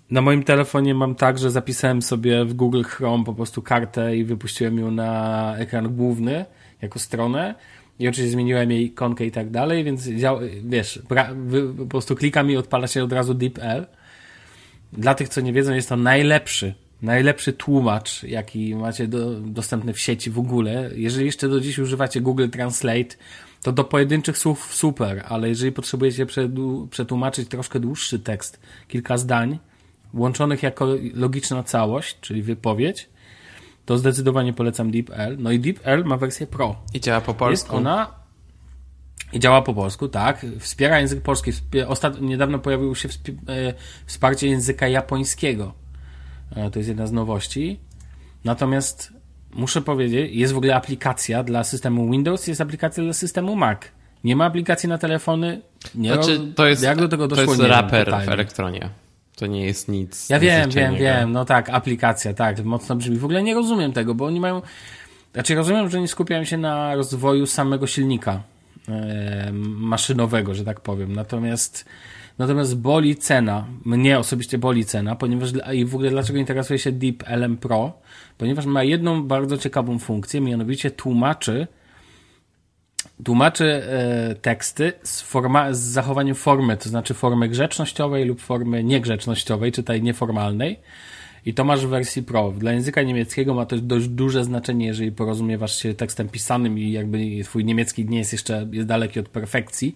Na moim telefonie mam tak, że zapisałem sobie w Google Chrome po prostu kartę i wypuściłem ją na ekran główny jako stronę i oczywiście zmieniłem jej ikonkę i tak dalej, więc wiesz, po prostu klikam i odpala się od razu DeepL. Dla tych, co nie wiedzą, jest to najlepszy tłumacz, jaki macie dostępny w sieci w ogóle. Jeżeli jeszcze do dziś używacie Google Translate, to do pojedynczych słów super, ale jeżeli potrzebujecie przetłumaczyć troszkę dłuższy tekst, kilka zdań, łączonych jako logiczna całość, czyli wypowiedź, to zdecydowanie polecam DeepL. No i DeepL ma wersję Pro.
I działa po polsku.
Jest ona... I działa po polsku, tak. Wspiera język polski. Niedawno pojawiło się wsparcie języka japońskiego. To jest jedna z nowości. Natomiast muszę powiedzieć, jest w ogóle aplikacja dla systemu Windows, jest aplikacja dla systemu Mac. Nie ma aplikacji na telefony. Jak do tego doszło?
To jest raper w elektronie. To nie jest nic.
Ja wiem. No tak, aplikacja, tak. Mocno brzmi. W ogóle nie rozumiem tego, bo oni mają... Znaczy rozumiem, że nie skupiają się na rozwoju samego silnika maszynowego, że tak powiem. Natomiast boli cena. Mnie osobiście boli cena, ponieważ i w ogóle dlaczego interesuje się DeepL Pro? Ponieważ ma jedną bardzo ciekawą funkcję, mianowicie tłumaczy teksty z zachowaniem formy, to znaczy formy grzecznościowej lub formy niegrzecznościowej, czytaj nieformalnej. I to masz w wersji Pro. Dla języka niemieckiego ma to dość duże znaczenie, jeżeli porozumiewasz się tekstem pisanym i jakby twój niemiecki nie jest daleki od perfekcji.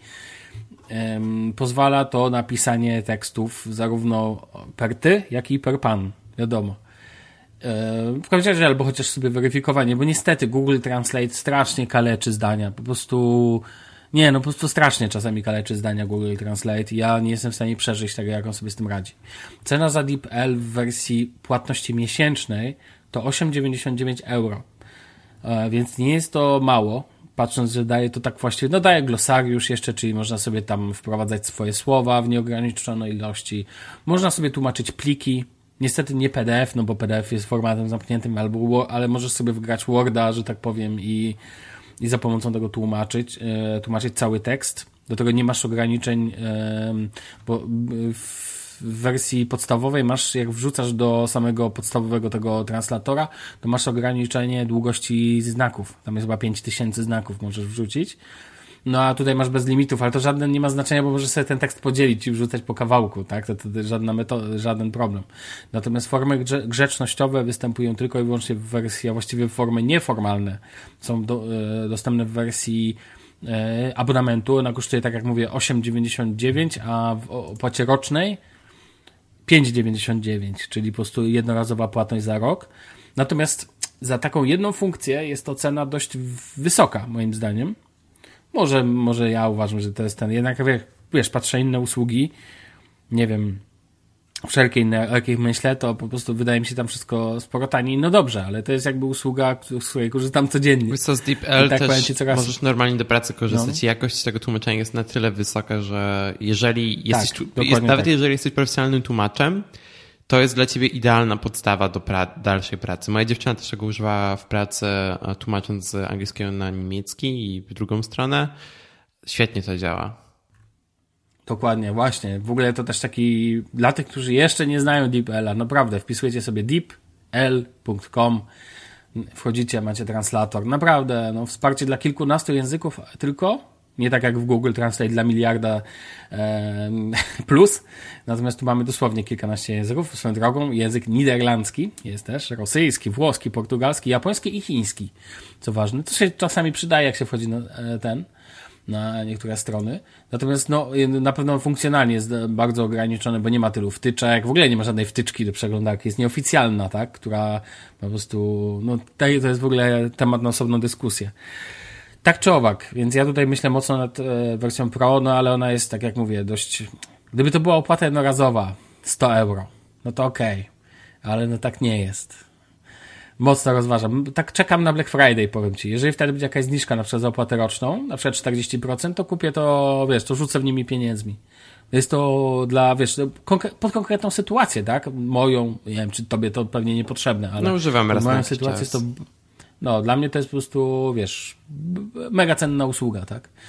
Pozwala to na pisanie tekstów zarówno per ty, jak i per pan. Wiadomo. W każdym razie, albo chociaż sobie weryfikowanie, bo niestety Google Translate strasznie kaleczy zdania. Po prostu strasznie czasami kaleczy zdania Google Translate. Ja nie jestem w stanie przeżyć tego, jak on sobie z tym radzi. Cena za DeepL w wersji płatności miesięcznej to 8,99 euro. Więc nie jest to mało, patrząc, że daje to tak właściwie, daje glosariusz jeszcze, czyli można sobie tam wprowadzać swoje słowa w nieograniczonej ilości. Można sobie tłumaczyć pliki. Niestety nie PDF, bo PDF jest formatem zamkniętym, ale możesz sobie wgrać Worda, że tak powiem, i za pomocą tego tłumaczyć cały tekst. Do tego nie masz ograniczeń, bo w wersji podstawowej masz, jak wrzucasz do samego podstawowego tego translatora, to masz ograniczenie długości znaków. Tam jest chyba 5000 znaków możesz wrzucić. No a tutaj masz bez limitów, ale to żaden nie ma znaczenia, bo możesz sobie ten tekst podzielić i wrzucać po kawałku, tak? To żaden problem. Natomiast formy grzecznościowe występują tylko i wyłącznie w wersji, a właściwie formy nieformalne są dostępne w wersji abonamentu. Ona kosztuje, tak jak mówię, 8,99, a w opłacie rocznej 5,99, czyli po prostu jednorazowa płatność za rok. Natomiast za taką jedną funkcję jest to cena dość wysoka, moim zdaniem. Może ja uważam, że to jest ten, jednak wiesz, patrzę inne usługi, nie wiem, wszelkie inne, o jakich myślę, to po prostu wydaje mi się tam wszystko sporo taniej. No dobrze, ale to jest jakby usługa, z której korzystam codziennie.
Wiesz co, z DeepL tak też możesz normalnie do pracy korzystać i jakość tego tłumaczenia jest na tyle wysoka, że jeżeli jeżeli jesteś profesjonalnym tłumaczem, to jest dla ciebie idealna podstawa do dalszej pracy. Moja dziewczyna też tego używała w pracy, tłumacząc z angielskiego na niemiecki i w drugą stronę. Świetnie to działa.
Dokładnie, właśnie. W ogóle to też taki, dla tych, którzy jeszcze nie znają DeepL-a, naprawdę, wpisujecie sobie deepl.com, wchodzicie, macie translator. Naprawdę, wsparcie dla kilkunastu języków tylko. Nie tak jak w Google Translate dla miliarda plus. Natomiast tu mamy dosłownie kilkanaście języków. Swoją drogą język niderlandzki jest też, rosyjski, włoski, portugalski, japoński i chiński. Co ważne. To się czasami przydaje, jak się wchodzi na niektóre strony. Natomiast na pewno funkcjonalnie jest bardzo ograniczone, bo nie ma tylu wtyczek. W ogóle nie ma żadnej wtyczki do przeglądarki. Jest nieoficjalna, tak? Która po prostu, to jest w ogóle temat na osobną dyskusję. Tak czy owak, więc ja tutaj myślę mocno nad wersją Pro, ale ona jest, tak jak mówię, dość... Gdyby to była opłata jednorazowa, 100 euro, to okej. Ale tak nie jest. Mocno rozważam. Tak czekam na Black Friday, powiem ci. Jeżeli wtedy będzie jakaś zniżka na przykład za opłatę roczną, na przykład 40%, to kupię to, to rzucę w nimi pieniędzmi. Jest to dla, pod konkretną sytuację, tak? Moją, nie wiem, czy tobie to pewnie niepotrzebne, ale...
używam raz
moją sytuację jest to... dla mnie to jest po prostu, mega cenna usługa, tak?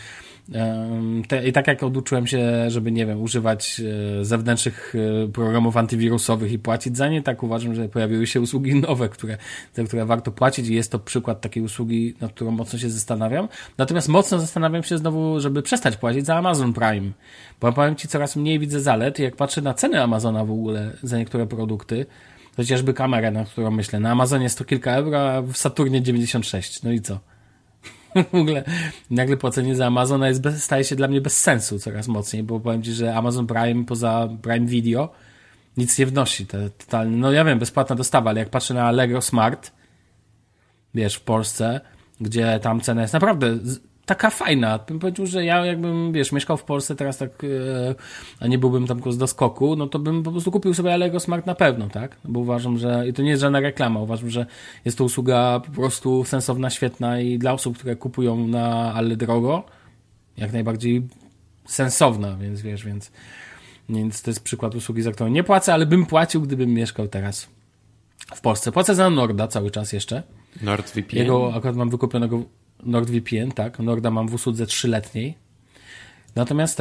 I tak jak oduczyłem się, żeby, nie wiem, używać zewnętrznych programów antywirusowych i płacić za nie, tak uważam, że pojawiły się usługi nowe, za które warto płacić i jest to przykład takiej usługi, nad którą mocno się zastanawiam. Natomiast mocno zastanawiam się znowu, żeby przestać płacić za Amazon Prime, bo powiem Ci, coraz mniej widzę zalet. Jak patrzę na ceny Amazona w ogóle za niektóre produkty, chociażby kamerę, na którą myślę, na Amazonie 100 kilka euro, a w Saturnie 96. No i co? W ogóle nagle płacenie za Amazona staje się dla mnie bez sensu coraz mocniej, bo powiem Ci, że Amazon Prime poza Prime Video nic nie wnosi. Totalnie, no ja wiem, bezpłatna dostawa, ale jak patrzę na Allegro Smart, wiesz, w Polsce, gdzie tam cena jest naprawdę taka fajna. Bym powiedział, że ja jakbym, wiesz, mieszkał w Polsce teraz tak, a nie byłbym tam z doskoku, no to bym po prostu kupił sobie Allegro Smart na pewno, tak? Bo uważam, że, i to nie jest żadna reklama, uważam, że jest to usługa po prostu sensowna, świetna i dla osób, które kupują na Ale drogo, jak najbardziej sensowna, więc wiesz, więc to jest przykład usługi, za którą nie płacę, ale bym płacił, gdybym mieszkał teraz w Polsce. Płacę za Norda cały czas jeszcze.
NordVPN?
Jego akurat mam wykupionego NordVPN, tak. Norda mam w usłudze 3-letniej. Natomiast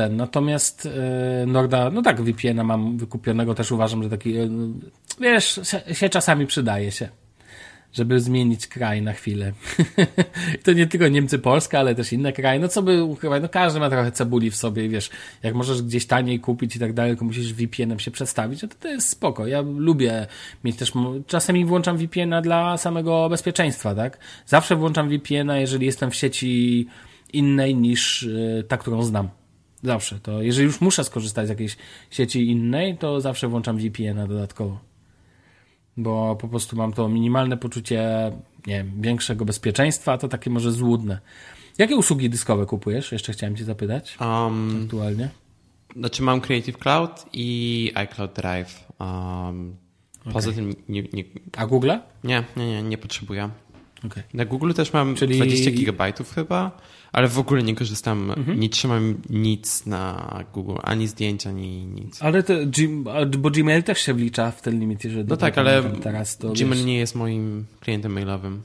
Norda, no tak, VPN-a mam wykupionego, też uważam, że taki, wiesz, się czasami przydaje się, żeby zmienić kraj na chwilę. To nie tylko Niemcy, Polska, ale też inne kraje. No co by ukrywać, no każdy ma trochę cebuli w sobie, wiesz, jak możesz gdzieś taniej kupić i tak dalej, tylko musisz VPN-em się przedstawić, no to jest spoko. Ja lubię mieć też, czasami włączam VPN-a dla samego bezpieczeństwa, tak? Zawsze włączam VPN-a, jeżeli jestem w sieci innej niż ta, którą znam. Zawsze. To jeżeli już muszę skorzystać z jakiejś sieci innej, to zawsze włączam VPN-a dodatkowo. Bo po prostu mam to minimalne poczucie, nie wiem, większego bezpieczeństwa, a to takie może złudne. Jakie usługi dyskowe kupujesz? Jeszcze chciałem Cię zapytać. Aktualnie.
Znaczy mam Creative Cloud i iCloud Drive. Poza tym nie...
A Google?
Nie potrzebuję.
Okay.
Na Google też mam 20 gigabajtów chyba, ale w ogóle nie korzystam, nie trzymam nic na Google, ani zdjęć, ani nic.
Ale bo Gmail też się wlicza w ten limit, że
no tak, ale
teraz to
Gmail
wiesz.
nie jest moim klientem mailowym.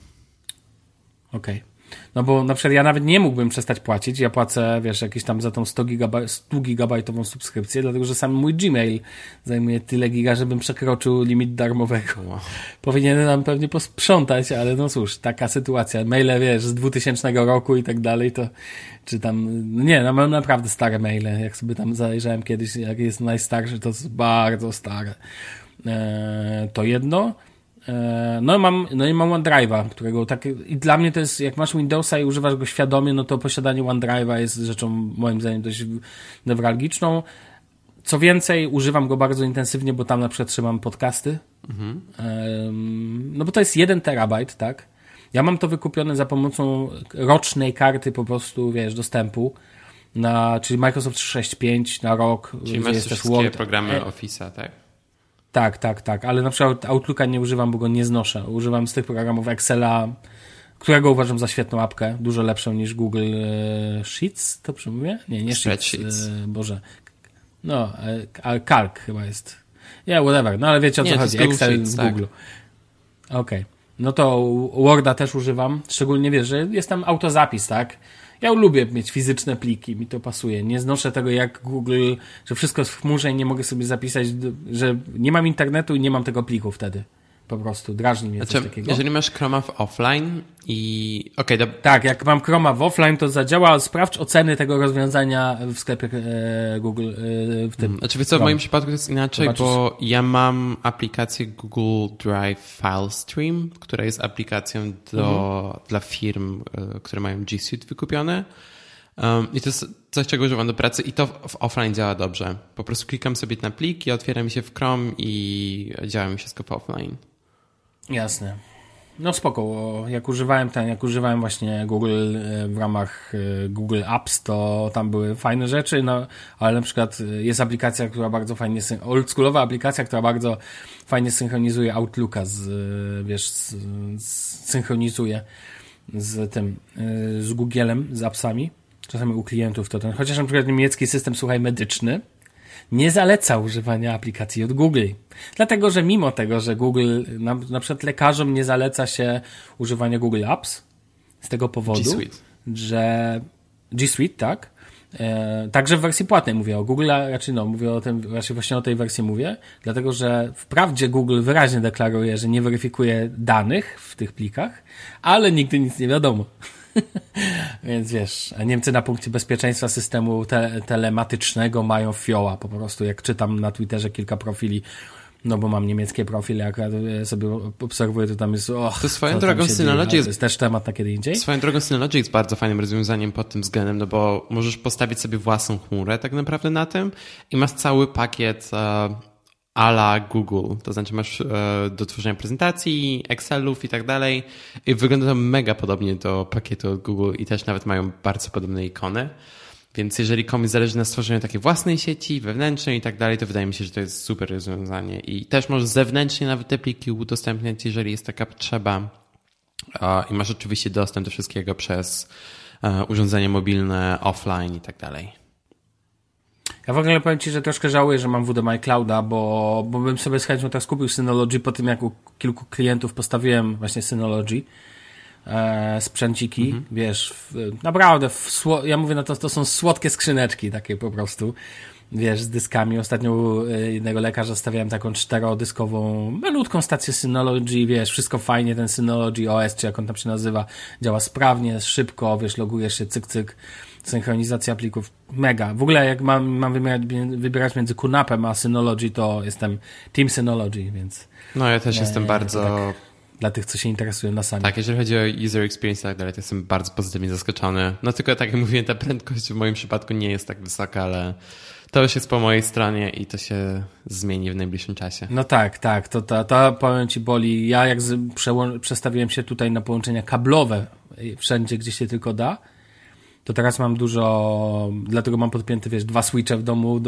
Okej. No bo na przykład ja nawet nie mógłbym przestać płacić, ja płacę, wiesz, jakieś tam za tą 100 gigabajtową subskrypcję, dlatego że sam mój Gmail zajmuje tyle giga, żebym przekroczył limit darmowego. Wow. Powinienem nam pewnie posprzątać, ale no cóż, taka sytuacja. Maile, wiesz, z 2000 roku i tak dalej, to czy tam, nie, no mam naprawdę stare maile, jak sobie tam zajrzałem kiedyś, jak jest najstarszy, to jest bardzo stare. To jedno. No i mam OneDrive'a, którego tak, i dla mnie to jest, jak masz Windowsa i używasz go świadomie, no to posiadanie OneDrive'a jest rzeczą moim zdaniem dość newralgiczną. Co więcej, używam go bardzo intensywnie, bo tam na przykład trzymam podcasty. No bo to jest 1 terabajt, tak? Ja mam to wykupione za pomocą rocznej karty po prostu, wiesz, dostępu czyli Microsoft 365 na rok.
Czyli masz wszystkie programy Office'a, tak?
Tak, ale na przykład Outlooka nie używam, bo go nie znoszę. Używam z tych programów Excela, którego uważam za świetną apkę, dużo lepszą niż Google Sheets, to przemówię? Nie Sheets, Boże. No, Calc chyba jest. Whatever, no ale wiecie o co chodzi, Excel Sheets, z Google. Okej. No to Worda też używam, szczególnie wiesz, że jest tam autozapis, tak? Ja lubię mieć fizyczne pliki, mi to pasuje. Nie znoszę tego jak Google, że wszystko jest w chmurze i nie mogę sobie zapisać, że nie mam internetu i nie mam tego pliku wtedy. Po prostu drażni mnie coś takiego.
Jeżeli masz Chroma w offline i...
Tak, jak mam Chroma w offline, to zadziała. Sprawdź oceny tego rozwiązania w sklepie Google w tym.
Znaczy, wiesz co, w moim przypadku to jest inaczej, zobaczysz. Bo ja mam aplikację Google Drive FileStream, która jest aplikacją dla firm, które mają G Suite wykupione. I to jest coś, czego używam do pracy i to w offline działa dobrze. Po prostu klikam sobie na plik i otwiera mi się w Chrome i działa mi wszystko w offline.
Jasne. No spoko, jak używałem właśnie Google w ramach Google Apps, to tam były fajne rzeczy, no ale na przykład jest aplikacja, która bardzo fajnie, oldschoolowa aplikacja, która bardzo fajnie synchronizuje Outlooka synchronizuje z Googlem, z appsami. Czasami u klientów to chociaż na przykład niemiecki system, medyczny nie zaleca używania aplikacji od Google. Dlatego, że mimo tego, że Google, na przykład lekarzom nie zaleca się używania Google Apps z tego powodu,
G Suite.
że G Suite, tak, Także w wersji płatnej mówię o Google, raczej mówię o tym, raczej właśnie o tej wersji mówię, dlatego że wprawdzie Google wyraźnie deklaruje, że nie weryfikuje danych w tych plikach, ale nigdy nic nie wiadomo. Więc wiesz, Niemcy na punkcie bezpieczeństwa systemu telematycznego mają fioła, po prostu jak czytam na Twitterze kilka profili, no bo mam niemieckie profile, jak sobie obserwuję, to tam jest
to swoją drogą Synology
jest też temat na kiedy indziej.
Swoją drogą Synology jest bardzo fajnym rozwiązaniem pod tym względem, no bo możesz postawić sobie własną chmurę tak naprawdę na tym i masz cały pakiet a la Google, to znaczy masz do tworzenia prezentacji, Excelów i tak dalej i wygląda to mega podobnie do pakietu od Google i też nawet mają bardzo podobne ikony. Więc jeżeli komuś zależy na stworzeniu takiej własnej sieci, wewnętrznej i tak dalej, to wydaje mi się, że to jest super rozwiązanie. I też możesz zewnętrznie nawet te pliki udostępniać, jeżeli jest taka potrzeba. I masz oczywiście dostęp do wszystkiego przez urządzenie mobilne, offline i tak dalej.
Ja w ogóle powiem Ci, że troszkę żałuję, że mam WD Clouda, bo bym sobie z chęcią tak skupił Synology po tym, jak u kilku klientów postawiłem właśnie Synology. Sprzęciki, wiesz, naprawdę, ja mówię na to są słodkie skrzyneczki takie po prostu, wiesz, z dyskami. Ostatnio jednego lekarza stawiałem taką 4-dyskową, malutką stację Synology, wiesz, wszystko fajnie, ten Synology OS, czy jak on tam się nazywa, działa sprawnie, szybko, wiesz, logujesz się, cyk, cyk, synchronizacja plików, mega. W ogóle jak mam wybierać między QNAP-em a Synology, to jestem Team Synology, więc...
No ja też jestem bardzo...
Tak, dla tych, co się interesują na sami.
Tak, jeżeli chodzi o user experience i tak dalej, to jestem bardzo pozytywnie zaskoczony. No tylko tak jak mówiłem, ta prędkość w moim przypadku nie jest tak wysoka, ale to już jest po mojej stronie i to się zmieni w najbliższym czasie.
No tak, to powiem Ci boli. Ja jak przestawiłem się tutaj na połączenia kablowe wszędzie, gdzie się tylko da, to teraz mam dużo, dlatego mam podpięte, wiesz, 2 switche w domu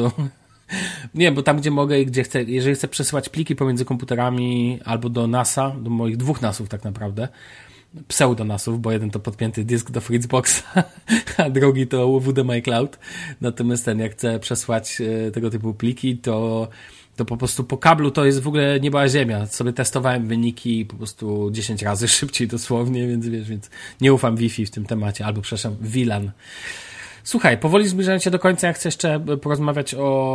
Nie, bo tam, gdzie mogę i gdzie chcę, jeżeli chcę przesyłać pliki pomiędzy komputerami albo do NASA, do moich 2 NASów tak naprawdę, pseudo-NASów, bo jeden to podpięty dysk do Fritzboxa, a drugi to WD Cloud. Natomiast jak chcę przesłać tego typu pliki, to po prostu po kablu to jest w ogóle nieba ziemia. Sobie testowałem wyniki po prostu 10 razy szybciej dosłownie, więc wiesz, więc nie ufam Wi-Fi w tym temacie, albo przepraszam, WLAN. Słuchaj, powoli zbliżając się do końca, ja chcę jeszcze porozmawiać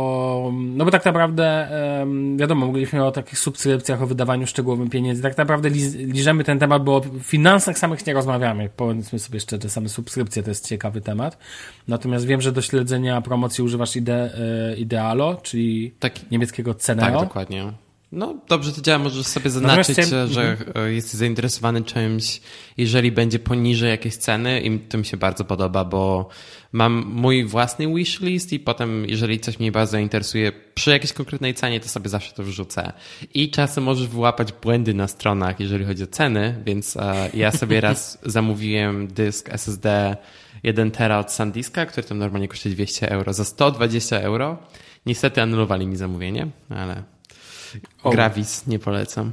no bo tak naprawdę, wiadomo, mówiliśmy o takich subskrypcjach, o wydawaniu szczegółowym pieniędzy, tak naprawdę liżemy ten temat, bo o finansach samych nie rozmawiamy, powiedzmy sobie szczerze, same subskrypcje to jest ciekawy temat, natomiast wiem, że do śledzenia promocji używasz Idealo, czyli niemieckiego Ceneo.
Tak, dokładnie. No dobrze to działa, możesz sobie zaznaczyć, że jesteś zainteresowany czymś, jeżeli będzie poniżej jakiejś ceny i to mi się bardzo podoba, bo mam mój własny wishlist i potem jeżeli coś mnie bardzo zainteresuje przy jakiejś konkretnej cenie, to sobie zawsze to wrzucę. I czasem możesz wyłapać błędy na stronach, jeżeli chodzi o ceny, więc ja sobie raz zamówiłem dysk SSD 1 tera od SanDiska, który tam normalnie kosztuje 200 euro za 120 euro. Niestety anulowali mi zamówienie, ale... Gravis nie polecam.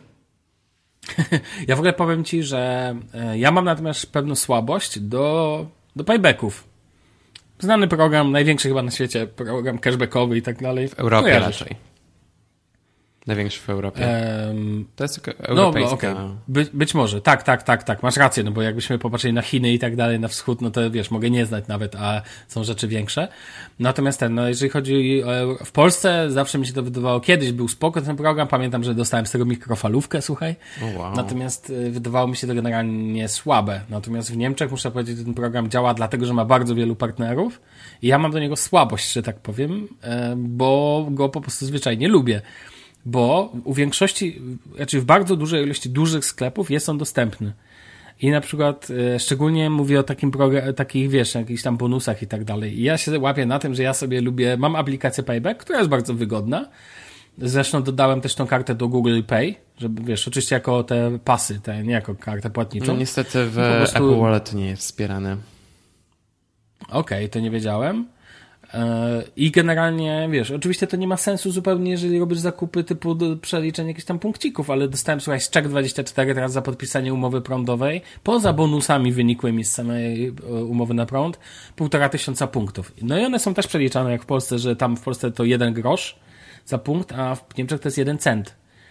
Ja w ogóle powiem Ci, że ja mam natomiast pewną słabość do paybacków. Znany program, największy chyba na świecie, program cashbackowy i tak dalej.
W Europie raczej. Największy w Europie. To jest tylko europejska.
No, okay. Być może. Tak. Masz rację, no bo jakbyśmy popatrzyli na Chiny i tak dalej, na wschód, no to wiesz, mogę nie znać nawet, a są rzeczy większe. Natomiast jeżeli chodzi w Polsce, zawsze mi się to wydawało, kiedyś był spoko ten program, pamiętam, że dostałem z tego mikrofalówkę, słuchaj.
Wow.
Natomiast wydawało mi się to generalnie słabe. Natomiast w Niemczech, muszę powiedzieć, że ten program działa dlatego, że ma bardzo wielu partnerów i ja mam do niego słabość, że tak powiem, bo go po prostu zwyczajnie lubię. Bo u większości, znaczy w bardzo dużej ilości dużych sklepów jest on dostępny. I na przykład, szczególnie mówię o takich, wiesz, jakichś tam bonusach i tak dalej. I ja się łapię na tym, że ja sobie mam aplikację Payback, która jest bardzo wygodna. Zresztą dodałem też tą kartę do Google Pay, żeby, wiesz, oczywiście jako te pasy, nie jako kartę płatniczą.
No niestety w Apple Wallet nie jest wspierane.
Okej, to nie wiedziałem. I generalnie, wiesz, oczywiście to nie ma sensu zupełnie, jeżeli robisz zakupy typu przeliczenie jakichś tam punkcików, ale dostałem, słuchaj, z Check24 teraz za podpisanie umowy prądowej, poza bonusami wynikłymi z samej umowy na prąd, 1500 punktów. No i one są też przeliczane jak w Polsce, że tam w Polsce to 1 grosz za punkt, a w Niemczech to jest 1 cent.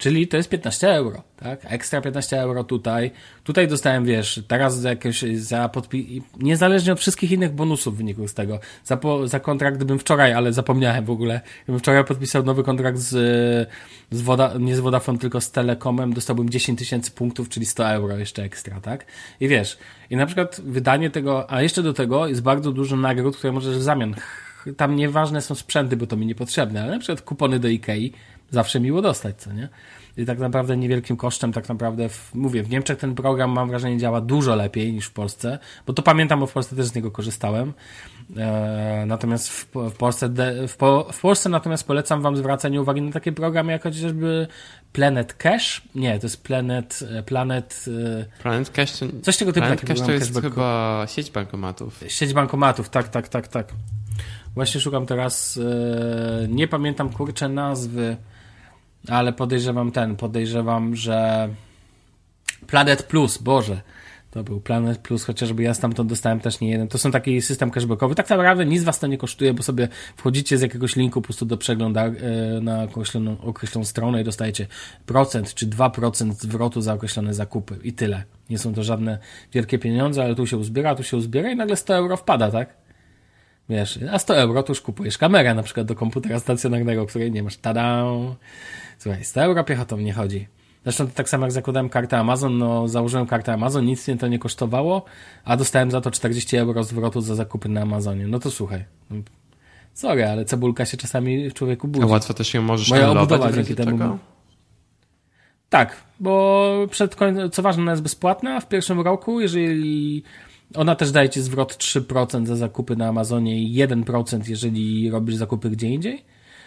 Czyli to jest 15 euro, tak? Ekstra 15 euro tutaj. Tutaj dostałem, wiesz, teraz niezależnie od wszystkich innych bonusów w wyniku z tego. Za kontrakt, gdybym wczoraj, ale zapomniałem w ogóle, gdybym wczoraj podpisał nowy kontrakt nie z Vodafone, tylko z Telekomem, dostałbym 10 tysięcy punktów, czyli 100 euro jeszcze ekstra, tak? I wiesz, i na przykład wydanie tego, a jeszcze do tego jest bardzo dużo nagród, które możesz w zamian. Tam nieważne są sprzęty, bo to mi niepotrzebne, ale na przykład kupony do Ikei zawsze miło dostać, co nie? I tak naprawdę niewielkim kosztem, tak naprawdę, mówię, w Niemczech ten program, mam wrażenie, działa dużo lepiej niż w Polsce, bo to pamiętam, bo w Polsce też z niego korzystałem. Natomiast w Polsce natomiast polecam wam zwracanie uwagi na takie programy, jak chociażby Planet Cash. Nie, to jest Planet
Cash to,
coś tego typu.
Planet Cash to jest chyba sieć bankomatów.
Sieć bankomatów, tak. Właśnie szukam teraz, nie pamiętam kurczę nazwy, ale podejrzewam, że Planet Plus, Boże, to był Planet Plus, chociażby ja stamtąd dostałem też nie jeden. To są taki system cashbackowy. Tak naprawdę nic was to nie kosztuje, bo sobie wchodzicie z jakiegoś linku po prostu do przeglądarki na określoną stronę i dostajecie procent czy 2% zwrotu za określone zakupy i tyle. Nie są to żadne wielkie pieniądze, ale tu się uzbiera i nagle 100 euro wpada, tak? Wiesz, a 100 euro to już kupujesz kamerę na przykład do komputera stacjonarnego, której nie masz. Tada! Słuchaj, 100 euro piechotą nie chodzi. Zresztą to tak samo jak zakładałem kartę Amazon, no założyłem kartę Amazon, nic mnie to nie kosztowało, a dostałem za to 40 euro zwrotu za zakupy na Amazonie. No to słuchaj. Sorry, ale cebulka się czasami w człowieku budzi.
A łatwo też ją możesz
moja
anulować
obudowa dzięki temu. Tak, bo co ważne, ona jest bezpłatna w pierwszym roku, jeżeli ona też daje ci zwrot 3% za zakupy na Amazonie i 1% jeżeli robisz zakupy gdzie indziej.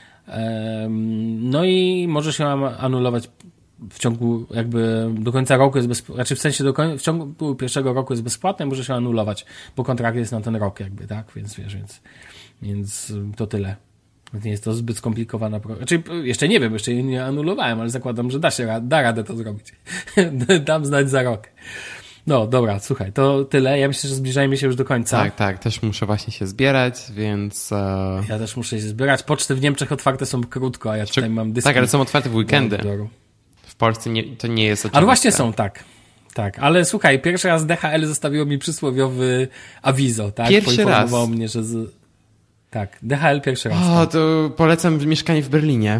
No i możesz ją anulować w ciągu jakby do końca roku jest bezpłatna, znaczy w sensie w ciągu pierwszego roku jest bezpłatne, możesz ją anulować, bo kontrakt jest na ten rok jakby, tak? Więc wiesz, więc to tyle. Nie jest to zbyt skomplikowana Znaczy, jeszcze nie wiem, jeszcze jej nie anulowałem, ale zakładam, że da radę to zrobić. Dam znać za rok. No, dobra, słuchaj, to tyle. Ja myślę, że zbliżajmy się już do końca.
Tak, też muszę właśnie się zbierać, więc...
Ja też muszę się zbierać. Poczty w Niemczech otwarte są krótko, a ja tutaj mam dysk.
Tak, ale są otwarte w weekendy. W Polsce to nie jest oczywiste.
Ale właśnie są, tak. Tak, ale słuchaj, pierwszy raz DHL zostawiło mi przysłowiowy awizo, tak?
Pierwszy raz?
Mnie, że tak, DHL pierwszy raz.
O, to polecam mieszkanie w Berlinie.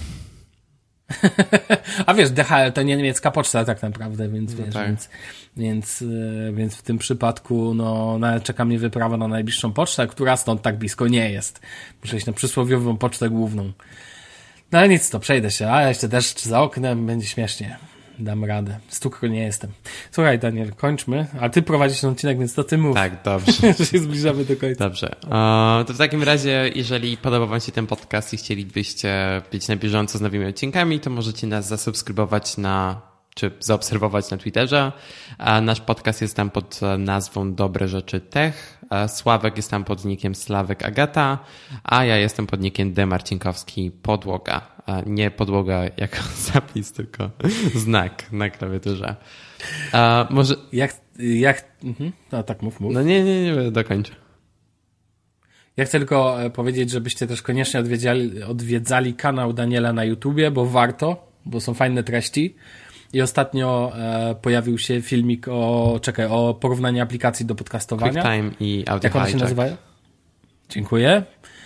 A wiesz, DHL to nie niemiecka poczta tak naprawdę, więc wiesz,
tak.
więc w tym przypadku no nawet czeka mnie wyprawa na najbliższą pocztę, która stąd tak blisko nie jest. Muszę iść na przysłowiową pocztę główną. No ale nic, to przejdę się, a jeszcze deszcz za oknem, będzie śmiesznie. Dam radę. Stukro nie jestem. Słuchaj, Daniel, kończmy. A ty prowadzisz ten odcinek, więc to ty mów.
Tak, dobrze.
Że się zbliżamy do końca.
Dobrze. To w takim razie, jeżeli podobał wam się ten podcast i chcielibyście być na bieżąco z nowymi odcinkami, to możecie nas zasubskrybować czy zaobserwować na Twitterze. Nasz podcast jest tam pod nazwą Dobre Rzeczy Tech. Sławek jest tam pod nickiem Slawek Agata, a ja jestem pod nickiem D. Marcinkowski Podłoga. Nie podłoga jako zapis, tylko znak na klawiaturze. Może...
No tak, mów.
No nie, dokończę.
Ja chcę tylko powiedzieć, żebyście też koniecznie odwiedzali kanał Daniela na YouTubie, bo warto, bo są fajne treści. I ostatnio pojawił się filmik o porównaniu aplikacji do podcastowania.
QuickTime i Audio
Jak one się nazywają? Dziękuję.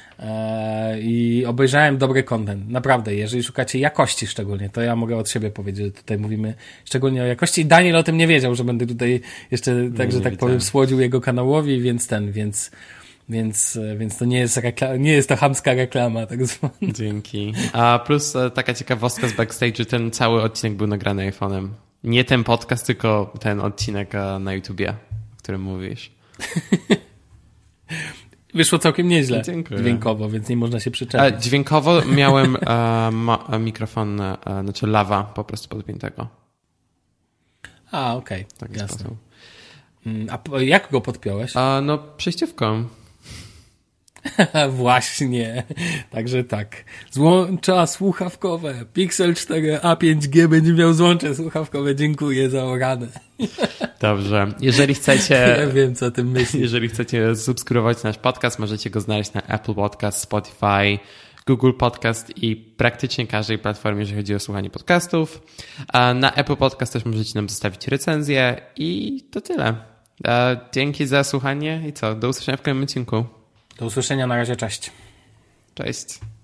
I obejrzałem dobry content. Naprawdę, jeżeli szukacie jakości szczególnie, to ja mogę od siebie powiedzieć, że tutaj mówimy szczególnie o jakości. Daniel o tym nie wiedział, że będę tutaj jeszcze, tak powiem, słodził jego kanałowi, więc to nie jest to chamska reklama, tak zwana.
Dzięki. A plus taka ciekawostka z backstage'u, ten cały odcinek był nagrany iPhone'em. Nie ten podcast, tylko ten odcinek na YouTubie, o którym mówisz.
Wyszło całkiem nieźle.
Dziękuję.
Dźwiękowo, więc nie można się przyczepić.
Dźwiękowo miałem mikrofon, znaczy lawa po prostu podpiętego.
A, okej.
Tak
Jasne.
sposób.
A jak go podpiąłeś?
No, przejściówką.
Właśnie. Także tak. Złącza słuchawkowe. Pixel 4 A5G będzie miał złącze słuchawkowe. Dziękuję za oradę.
Dobrze. Jeżeli chcecie...
Ja wiem, co o tym myślisz.
Jeżeli chcecie subskrybować nasz podcast, możecie go znaleźć na Apple Podcast, Spotify, w Google Podcast i praktycznie każdej platformie, jeżeli chodzi o słuchanie podcastów. A na Apple Podcast też możecie nam zostawić recenzję i to tyle. Dzięki za słuchanie i co? Do usłyszenia w kolejnym odcinku.
Do usłyszenia, na razie, cześć.
Cześć.